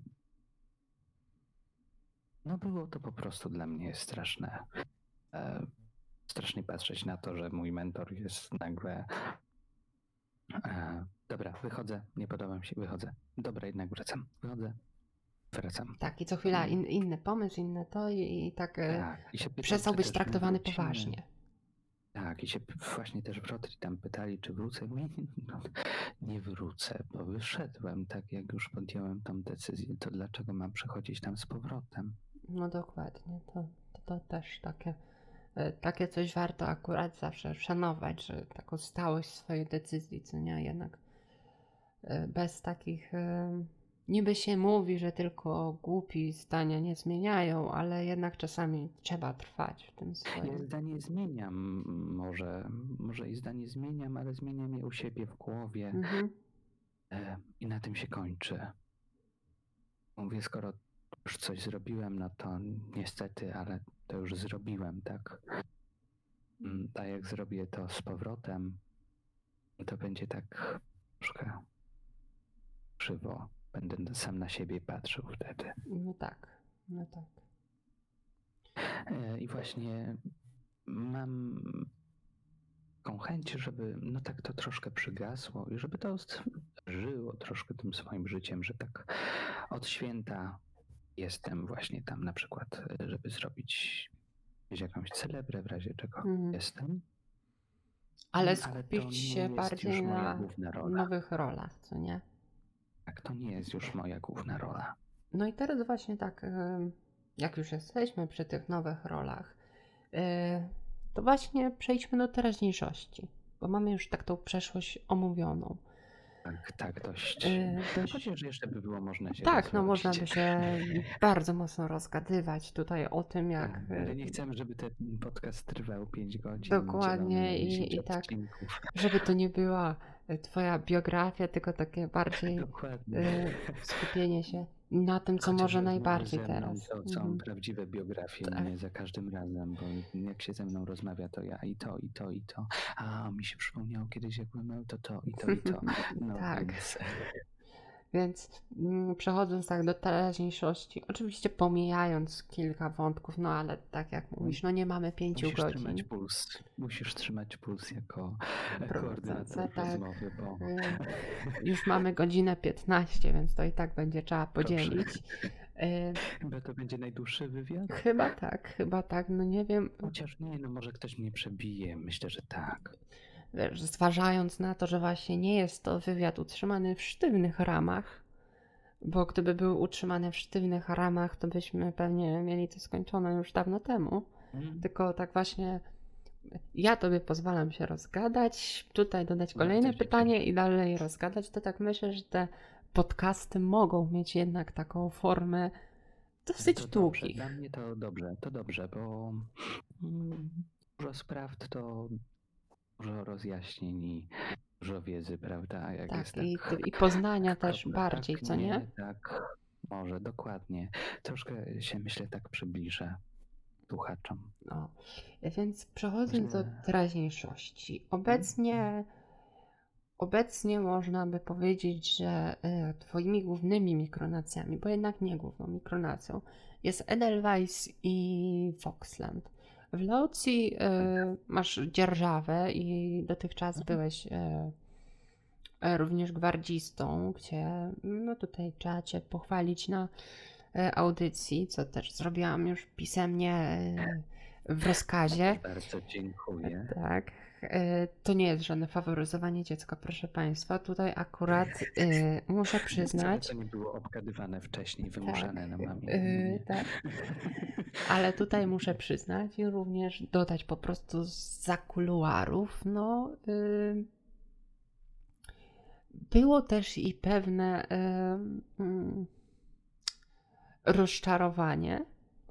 było to po prostu dla mnie straszne. Strasznie patrzeć na to, że mój mentor jest nagle dobra, wychodzę, nie podoba mi się, wychodzę. Dobra, jednak wracam. Wychodzę, wracam. Tak, i co chwila inny pomysł, inne to i tak Tak, i się pytał, przestał czy być też traktowany wrócimy. poważnie. Tak, i się właśnie też w Rotary tam pytali, czy wrócę. Mówię, nie wrócę, bo wyszedłem, tak jak już podjąłem tą decyzję, to dlaczego mam przychodzić tam z powrotem? No dokładnie, to też takie coś warto akurat zawsze szanować, że taką stałość swojej decyzji, co nie, jednak bez takich, niby się mówi, że tylko głupi zdania nie zmieniają, ale jednak czasami trzeba trwać w tym Ja swoim. zdanie zmieniam, może i zdanie zmieniam, ale zmieniam je u siebie w głowie Mhm. i na tym się kończy. Mówię, skoro już coś zrobiłem, to niestety, ale to już zrobiłem, tak? A jak zrobię to z powrotem, to będzie tak troszkę krzywo. Będę sam na siebie patrzył wtedy. No tak. I właśnie mam taką chęć, żeby tak to troszkę przygasło i żeby to żyło troszkę tym swoim życiem, że tak od święta jestem właśnie tam na przykład, żeby zrobić jakąś celebrę, w razie czego Mhm. jestem. Ale Ale to skupić nie się jest już bardziej moja na główna rola. nowych rolach, co nie? Tak, to nie jest już moja główna rola. No i teraz właśnie tak, jak już jesteśmy przy tych nowych rolach, to właśnie przejdźmy do teraźniejszości, bo mamy już tak tą przeszłość omówioną. Tak, dość. Dość... Chociaż jeszcze by było można się Tak, no można rozwodzić. by się bardzo mocno rozgadywać tutaj o tym, jak Ale nie chcemy, żeby ten podcast trwał 5 godzin. dokładnie dzielony na 10 i tak, odcinków. żeby to nie była twoja biografia, tylko takie bardziej Dokładnie. skupienie się na tym, co Chociaż może rozmowy najbardziej ze mną teraz. To są prawdziwe biografie, Tak. nie za każdym razem, bo jak się ze mną rozmawia, to ja i to, i to, i to. A mi się przypomniało kiedyś, jak byłem to, i to, i to. No Tak. więc... Więc przechodząc tak do teraźniejszości, oczywiście pomijając kilka wątków, no ale tak jak mówisz, no nie mamy 5 Musisz godzin. trzymać puls. Musisz trzymać puls jako Prowadząca, koordynator tak. rozmowy, bo... Już mamy godzinę 15, więc to i tak będzie trzeba podzielić. Chyba to będzie najdłuższy wywiad? Chyba tak, no nie wiem. Chociaż nie, no może ktoś mnie przebije, myślę, że tak. Wiesz, zważając na to, że właśnie nie jest to wywiad utrzymany w sztywnych ramach, bo gdyby był utrzymany w sztywnych ramach, to byśmy pewnie mieli to skończone już dawno temu. Tylko tak właśnie ja tobie pozwalam się rozgadać, tutaj dodać kolejne pytanie i dalej rozgadać, to tak myślę, że te podcasty mogą mieć jednak taką formę dosyć długich. Dla mnie to dobrze, bo dużo spraw to dużo rozjaśnień i dużo wiedzy, prawda? A jak tak, jest i poznania też bardziej, tak, co nie? Tak, może, dokładnie. Troszkę się, myślę, tak przybliżę słuchaczom. No, więc przechodząc do teraźniejszości. Obecnie można by powiedzieć, że twoimi głównymi mikronacjami, bo jednak nie główną mikronacją, jest Edelweiss i Foxland. W Locji masz dzierżawę i dotychczas byłeś również gwardzistą, gdzie no tutaj trzeba cię pochwalić na audycji, co też zrobiłam już pisemnie w rozkazie. Bardzo dziękuję. Tak. To nie jest żadne faworyzowanie dziecka, proszę Państwa. Tutaj akurat muszę przyznać. To nie było obgadywane wcześniej, wymuszane na mamie. Tak. Ale tutaj muszę przyznać i również dodać po prostu zza kuluarów, no było też i pewne rozczarowanie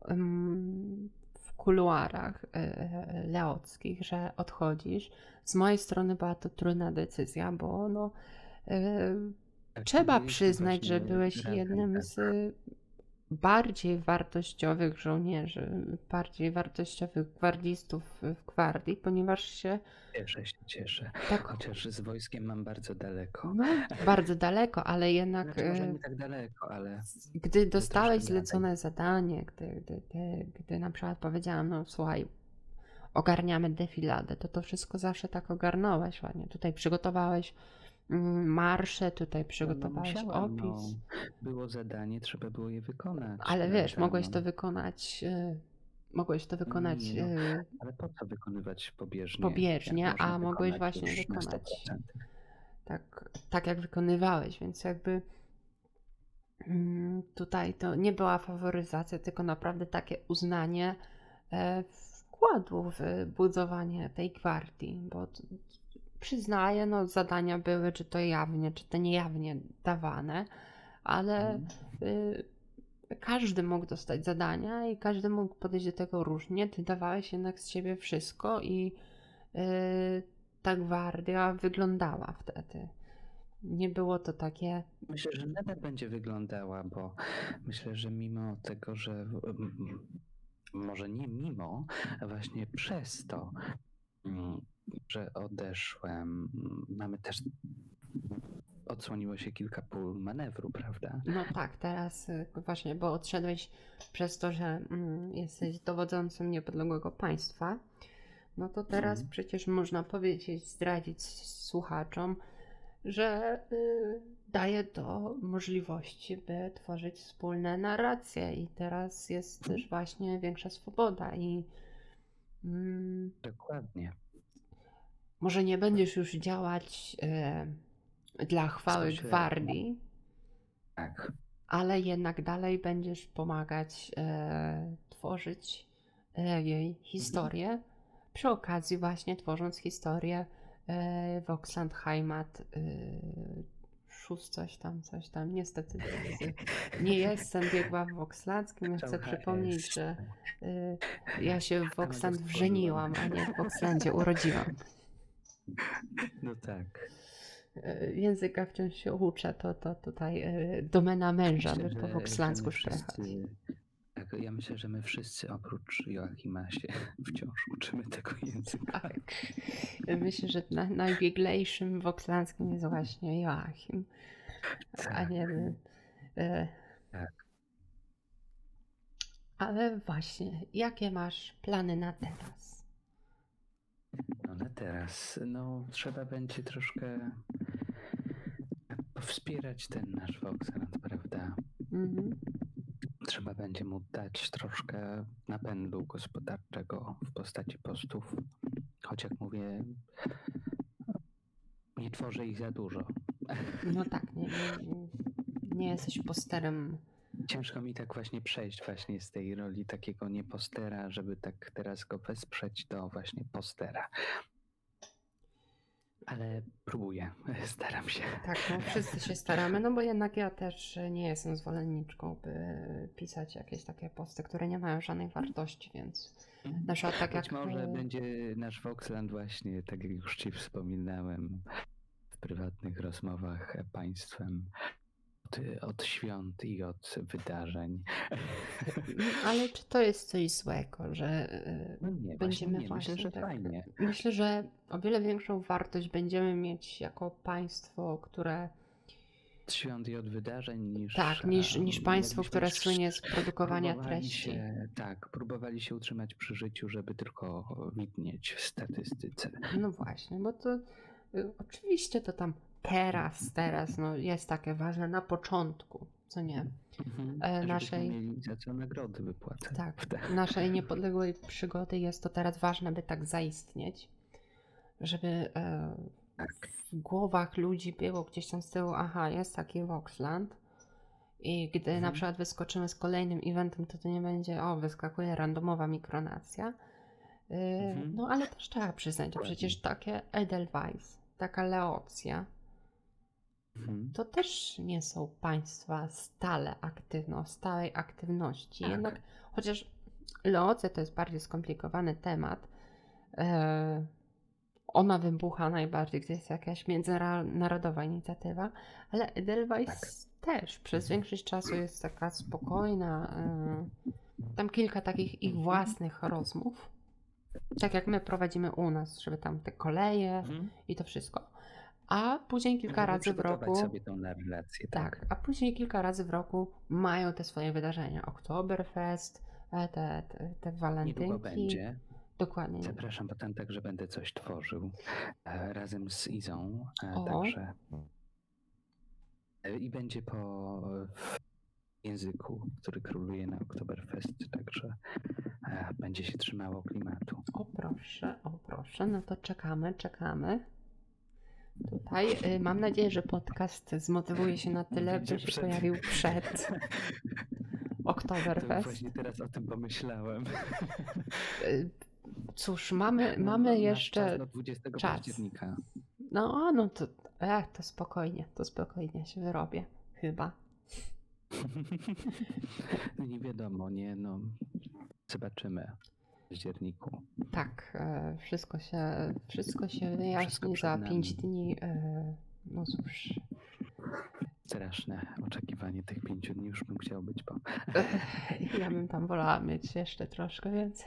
w kuluarach leockich, że odchodzisz. Z mojej strony była to trudna decyzja, bo no, trzeba przyznać, że byłeś jednym z bardziej wartościowych żołnierzy, bardziej wartościowych gwardzistów w gwardii, ponieważ się... Cieszę. Tak, chociaż z wojskiem mam bardzo daleko. No, bardzo daleko, ale jednak... Znaczy, może nie tak daleko, ale... Gdy dostałeś zlecone zadanie, gdy na przykład powiedziałam, no słuchaj, ogarniamy defiladę, to wszystko zawsze tak ogarnąłeś ładnie. Tutaj przygotowałeś marsze, tutaj przygotowałeś opis. Było zadanie, trzeba było je wykonać. Ale wiesz, mogłeś to wykonać... ale po co wykonywać pobieżnie? Pobieżnie, a mogłeś właśnie wykonać tak jak wykonywałeś, więc jakby tutaj to nie była faworyzacja, tylko naprawdę takie uznanie wkładu w budowanie tej gwardii, bo przyznaję, no zadania były czy to jawnie, czy to niejawnie dawane, ale każdy mógł dostać zadania i każdy mógł podejść do tego różnie. Ty dawałeś jednak z siebie wszystko i ta gwardia wyglądała wtedy. Nie było to takie... Myślę, że nadal będzie wyglądała, bo myślę, że mimo tego, że może nie mimo, a właśnie przez to, że odeszłem, mamy też... Odsłoniło się kilka pól manewru, prawda? No tak, teraz właśnie, bo odszedłeś przez to, że jesteś dowodzącym niepodległego państwa, no to teraz przecież można powiedzieć, zdradzić słuchaczom, że daje to możliwości, by tworzyć wspólne narracje i teraz jest też właśnie większa swoboda i Dokładnie. może nie będziesz już działać dla chwały Bezpośrednio. gwardii, Tak. ale jednak dalej będziesz pomagać tworzyć jej historię. Przy okazji właśnie tworząc historię Voxland Heimat coś tam. Niestety nie jestem biegła w Voxlandzkim. Chcę przypomnieć, że ja się w Voxland wżeniłam, a nie w Voxlandzie urodziłam. No tak. Języka wciąż się uczę, to tutaj domena męża, by po Voxlandzku szprechać. Tak, ja myślę, że my wszyscy oprócz Joachima się wciąż uczymy tego języka. Tak. Myślę, że najbieglejszym Voxlandzkim jest właśnie Joachim, a nie my. Tak. Ale właśnie, jakie masz plany na teraz? No na teraz, trzeba będzie troszkę wspierać ten nasz Voxland, prawda? Trzeba będzie mu dać troszkę napędu gospodarczego w postaci postów. Choć jak mówię, nie tworzę ich za dużo. No tak, nie jesteś posterem. Ciężko mi tak właśnie przejść właśnie z tej roli takiego niepostera, żeby tak teraz go wesprzeć do właśnie postera. Ale próbuję, staram się. Tak, wszyscy się staramy, bo jednak ja też nie jestem zwolenniczką, by pisać jakieś takie posty, które nie mają żadnej wartości, więc na przykład tak Być może będzie nasz Voxland właśnie, tak jak już ci wspominałem w prywatnych rozmowach państwem, od świąt i od wydarzeń. Ale czy to jest coś złego, że będziemy nie, właśnie myślę, że tak, fajnie. Myślę, że o wiele większą wartość będziemy mieć jako państwo, które Od świąt i od wydarzeń niż państwo, które słynie z produkowania treści. Próbowali się utrzymać przy życiu, żeby tylko widnieć w statystyce. No właśnie, bo to oczywiście to tam teraz jest takie ważne na początku, co nie? Naszej mieli za co nagrody wypłacać. Tak, naszej niepodległej przygody jest to teraz ważne, by tak zaistnieć, żeby w głowach ludzi było gdzieś tam z tyłu, aha, jest taki Voxland i gdy na przykład wyskoczymy z kolejnym eventem, to nie będzie, wyskakuje randomowa mikronacja. No ale też trzeba przyznać, że przecież takie Edelweiss, taka Leocja, to też nie są państwa stałej aktywności. Jednak, chociaż Leocja to jest bardziej skomplikowany temat, ona wybucha najbardziej, gdy jest jakaś międzynarodowa inicjatywa, ale Edelweiss też przez większość czasu jest taka spokojna. Tam kilka takich ich własnych rozmów, tak jak my prowadzimy u nas, żeby tam te koleje i to wszystko. A później kilka razy w roku. Sobie tą narrację, tak, a później kilka razy w roku mają te swoje wydarzenia. Oktoberfest, te walentynki. Niedługo będzie. Dokładnie. Zapraszam, potem także będę coś tworzył razem z Izą. Także. I będzie po języku, który króluje na Oktoberfest, także będzie się trzymało klimatu. O proszę, no to czekamy. Tutaj mam nadzieję, że podcast zmotywuje się na tyle, by się pojawił przed Oktoberfest. Właśnie teraz o tym pomyślałem. Cóż, mamy jeszcze do 20 czas. października. No to spokojnie się wyrobię, chyba. Nie wiadomo, zobaczymy w październiku. Tak, wszystko się wyjaśni za 5 dni. No cóż. Straszne oczekiwanie tych 5 dni, już bym chciał być po. Ja bym tam wolała mieć jeszcze troszkę więcej.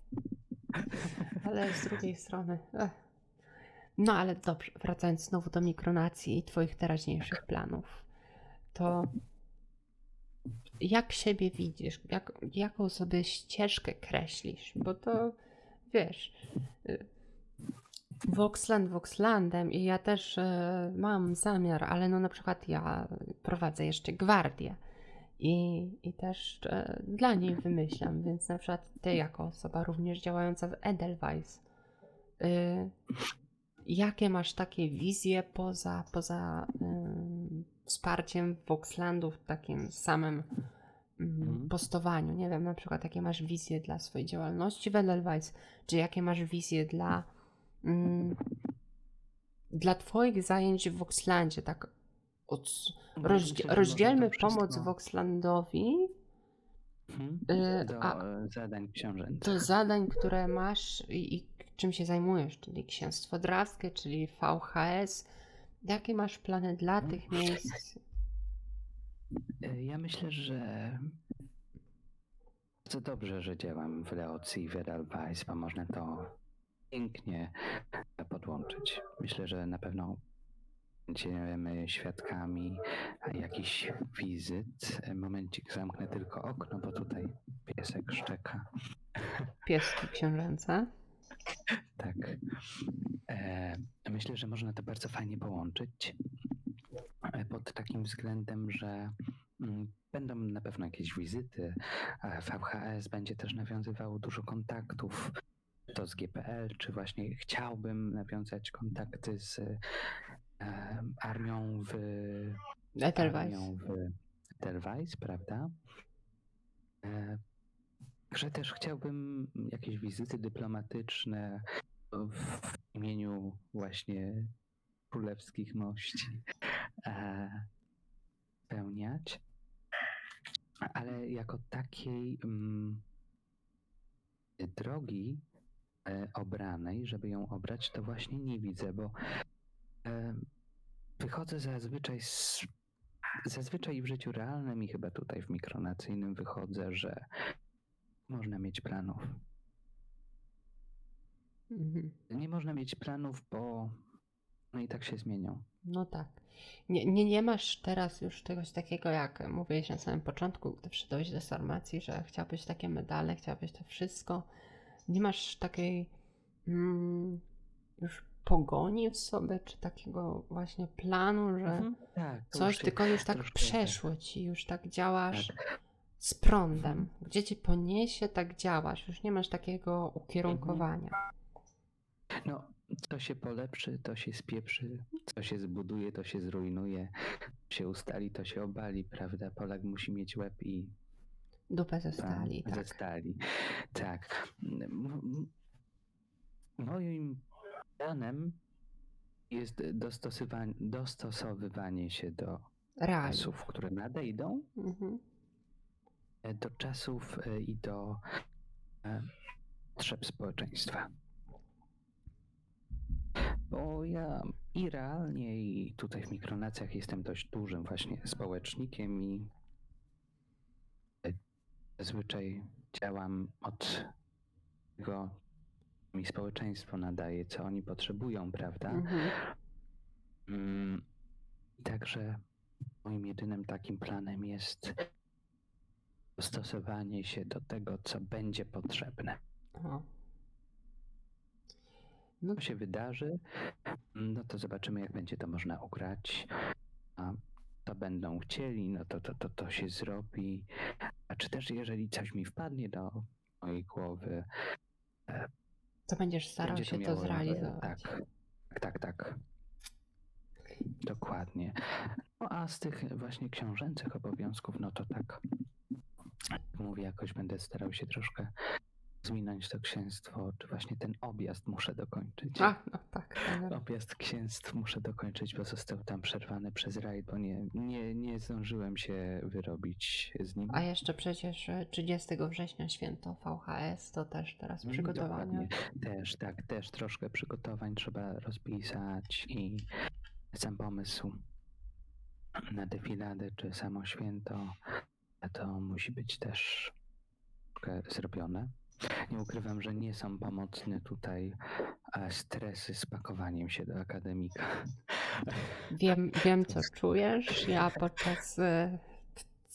Ale z drugiej strony. No ale dobrze, wracając znowu do mikronacji i twoich teraźniejszych planów, to jak siebie widzisz? Jaką sobie ścieżkę kreślisz? Bo to wiesz, Voxland Voxlandem i ja też mam zamiar, ale no na przykład ja prowadzę jeszcze gwardię i też dla niej wymyślam, więc na przykład ty jako osoba również działająca w Edelweiss, y, jakie masz takie wizje poza wsparciem Voxlandu w takim samym postowaniu? Nie wiem, na przykład jakie masz wizje dla swojej działalności w Edelweiss, czy jakie masz wizje dla twoich zajęć w Voxlandzie, tak Myślę, że rozdzielmy może to pomoc wszystko Voxlandowi do a zadań do książęcych. zadań, które masz i czym się zajmujesz, czyli Księstwo Drawskie, czyli VHS. Jakie masz plany dla tych miejsc? Ja myślę, że bardzo dobrze, że działam w Leocji i w Edelweiss, bo można to pięknie podłączyć. Myślę, że na pewno będziemy świadkami jakichś wizyt. Momencik, zamknę tylko okno, bo tutaj piesek szczeka. Pieski książęce. Tak. Myślę, że można to bardzo fajnie połączyć pod takim względem, że będą na pewno jakieś wizyty. VHS będzie też nawiązywało dużo kontaktów, to z GPL, czy właśnie chciałbym nawiązać kontakty z armią w Edelweiss, prawda? Że też chciałbym jakieś wizyty dyplomatyczne w imieniu właśnie królewskich mości spełniać, ale jako takiej drogi obranej, żeby ją obrać, to właśnie nie widzę, bo wychodzę zazwyczaj w życiu realnym i chyba tutaj w mikronacyjnym wychodzę, że można mieć planów. Nie można mieć planów, bo no i tak się zmienią. No tak. Nie masz teraz już czegoś takiego, jak mówiłeś na samym początku, gdy wszedłeś do Sarmacji, że chciałbyś takie medale, chciałbyś to wszystko. Nie masz takiej już pogoni w sobie, czy takiego właśnie planu, że tak, coś, tylko już tak przeszło ci, już tak działasz z prądem. Gdzie cię poniesie, tak działasz. Już nie masz takiego ukierunkowania. No, to się polepszy, to się spieprzy, co się zbuduje, to się zrujnuje, co się ustali, to się obali, prawda? Polak musi mieć łeb i dupę ze stali, tak. Ze stali. Tak. Moim planem jest dostosowywanie się do czasów, które nadejdą, do czasów i do potrzeb społeczeństwa. Bo ja i realnie, i tutaj w mikronacjach jestem dość dużym właśnie społecznikiem i zazwyczaj działam od tego, co mi społeczeństwo nadaje, co oni potrzebują, prawda? Także moim jedynym takim planem jest dostosowanie się do tego, co będzie potrzebne. No. Co się wydarzy, no to zobaczymy, jak będzie to można ugrać. A to będą chcieli, no to się zrobi. A czy też jeżeli coś mi wpadnie do mojej głowy, to będziesz starał się to zrealizować. Tak. Dokładnie. No a z tych właśnie książęcych obowiązków, no to tak mówię, jakoś będę starał się troszkę zwinąć to księstwo, czy właśnie ten objazd muszę dokończyć. No tak. Objazd księstw muszę dokończyć, bo został tam przerwany przez rajd, bo nie zdążyłem się wyrobić z nim. A jeszcze przecież 30 września święto VHS, to też teraz przygotowania. Dokładnie. Też troszkę przygotowań trzeba rozpisać i sam pomysł na defiladę czy samo święto, to musi być też zrobione. Nie ukrywam, że nie są pomocne tutaj stresy z pakowaniem się do akademika. Wiem co czujesz. Ja podczas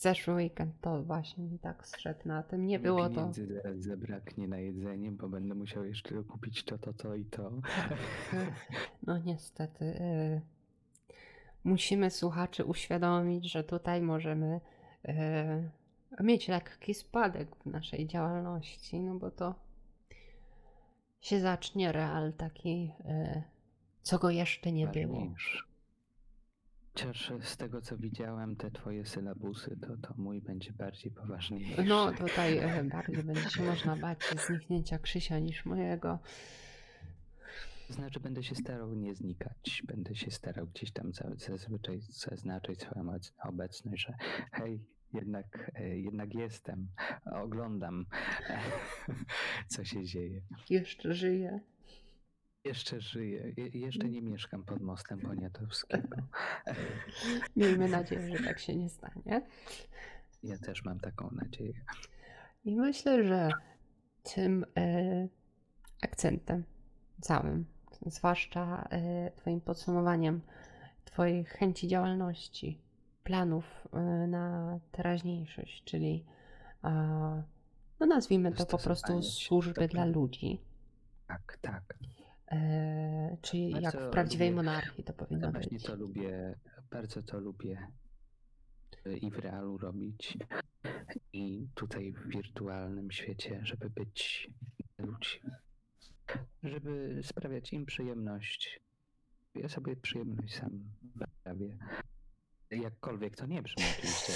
zeszły weekend to właśnie mi tak zszedł na tym. Nie Mi było to. pieniędzy zaraz zabraknie na jedzenie, bo będę musiał jeszcze kupić to i to. Tak, no niestety. Musimy słuchaczy uświadomić, że tutaj możemy mieć lekki spadek w naszej działalności, no bo to się zacznie real taki, co go jeszcze nie było. Ważniejszy. Chociaż z tego co widziałem, te twoje sylabusy, to mój będzie bardziej poważniejszy. No tutaj bardziej będzie się można bać zniknięcia Krzysia niż mojego. To znaczy będę się starał nie znikać, będę się starał gdzieś tam zazwyczaj zaznaczyć swoją obecność, że hej, jednak jestem, oglądam, co się dzieje. Jeszcze żyje. Jeszcze żyję, jeszcze nie mieszkam pod mostem Poniatowskiego. Miejmy nadzieję, że tak się nie stanie. Ja też mam taką nadzieję. I myślę, że tym akcentem całym, zwłaszcza Twoim podsumowaniem Twojej chęci działalności, planów na teraźniejszość, czyli no nazwijmy to po prostu Dostosowanie się służby do dla planu. ludzi. Tak. Czyli jak Bardzo w prawdziwej lubię- monarchii to powinno Właśnie być. to lubię, bardzo to lubię i w realu robić, i tutaj w wirtualnym świecie, żeby być dla ludzi, żeby sprawiać im przyjemność. Ja sobie przyjemność sam sprawię. Jakkolwiek to nie brzmi oczywiście.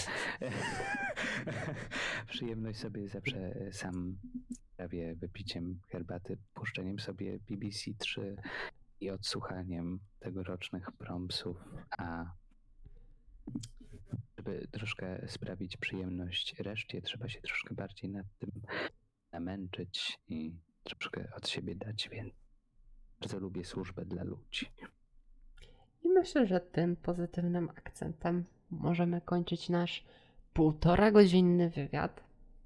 Przyjemność sobie zawsze sam sprawię wypiciem herbaty, puszczeniem sobie BBC 3 i odsłuchaniem tegorocznych prompsów, a żeby troszkę sprawić przyjemność reszcie, trzeba się troszkę bardziej nad tym namęczyć i troszkę od siebie dać, więc bardzo lubię służbę dla ludzi. I myślę, że tym pozytywnym akcentem możemy kończyć nasz 1,5-godzinny wywiad.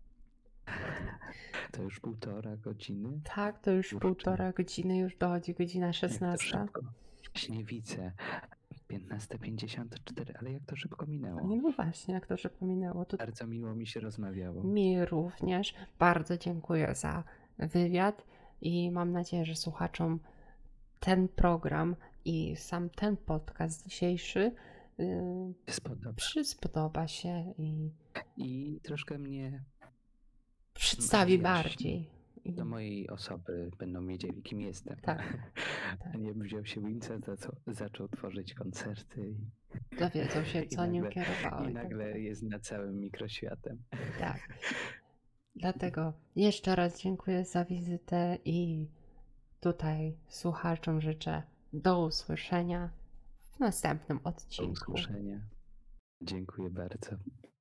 To już 1,5 godziny? Tak, to już Kurczę. 1,5 godziny, już dochodzi godzina Jak to 16. szybko. Właśnie widzę. 15:54, ale jak to szybko minęło. No właśnie, jak to szybko minęło. To Bardzo miło mi się rozmawiało. mi również bardzo dziękuję za wywiad i mam nadzieję, że słuchaczom ten program i sam ten podcast dzisiejszy spodoba się I troszkę mnie przedstawi rozjaśni. bardziej. do mojej osoby będą wiedzieli, kim jestem. Tak. A nie wziął się Winca, zaczął tworzyć koncerty i Dowiedzą się, I co nim nagle- kierowało. i i tak nagle dalej. jest nad całym mikroświatem. Tak. Dlatego jeszcze raz dziękuję za wizytę i tutaj słuchaczom życzę do usłyszenia w następnym Do odcinku. usłyszenia. Dziękuję bardzo.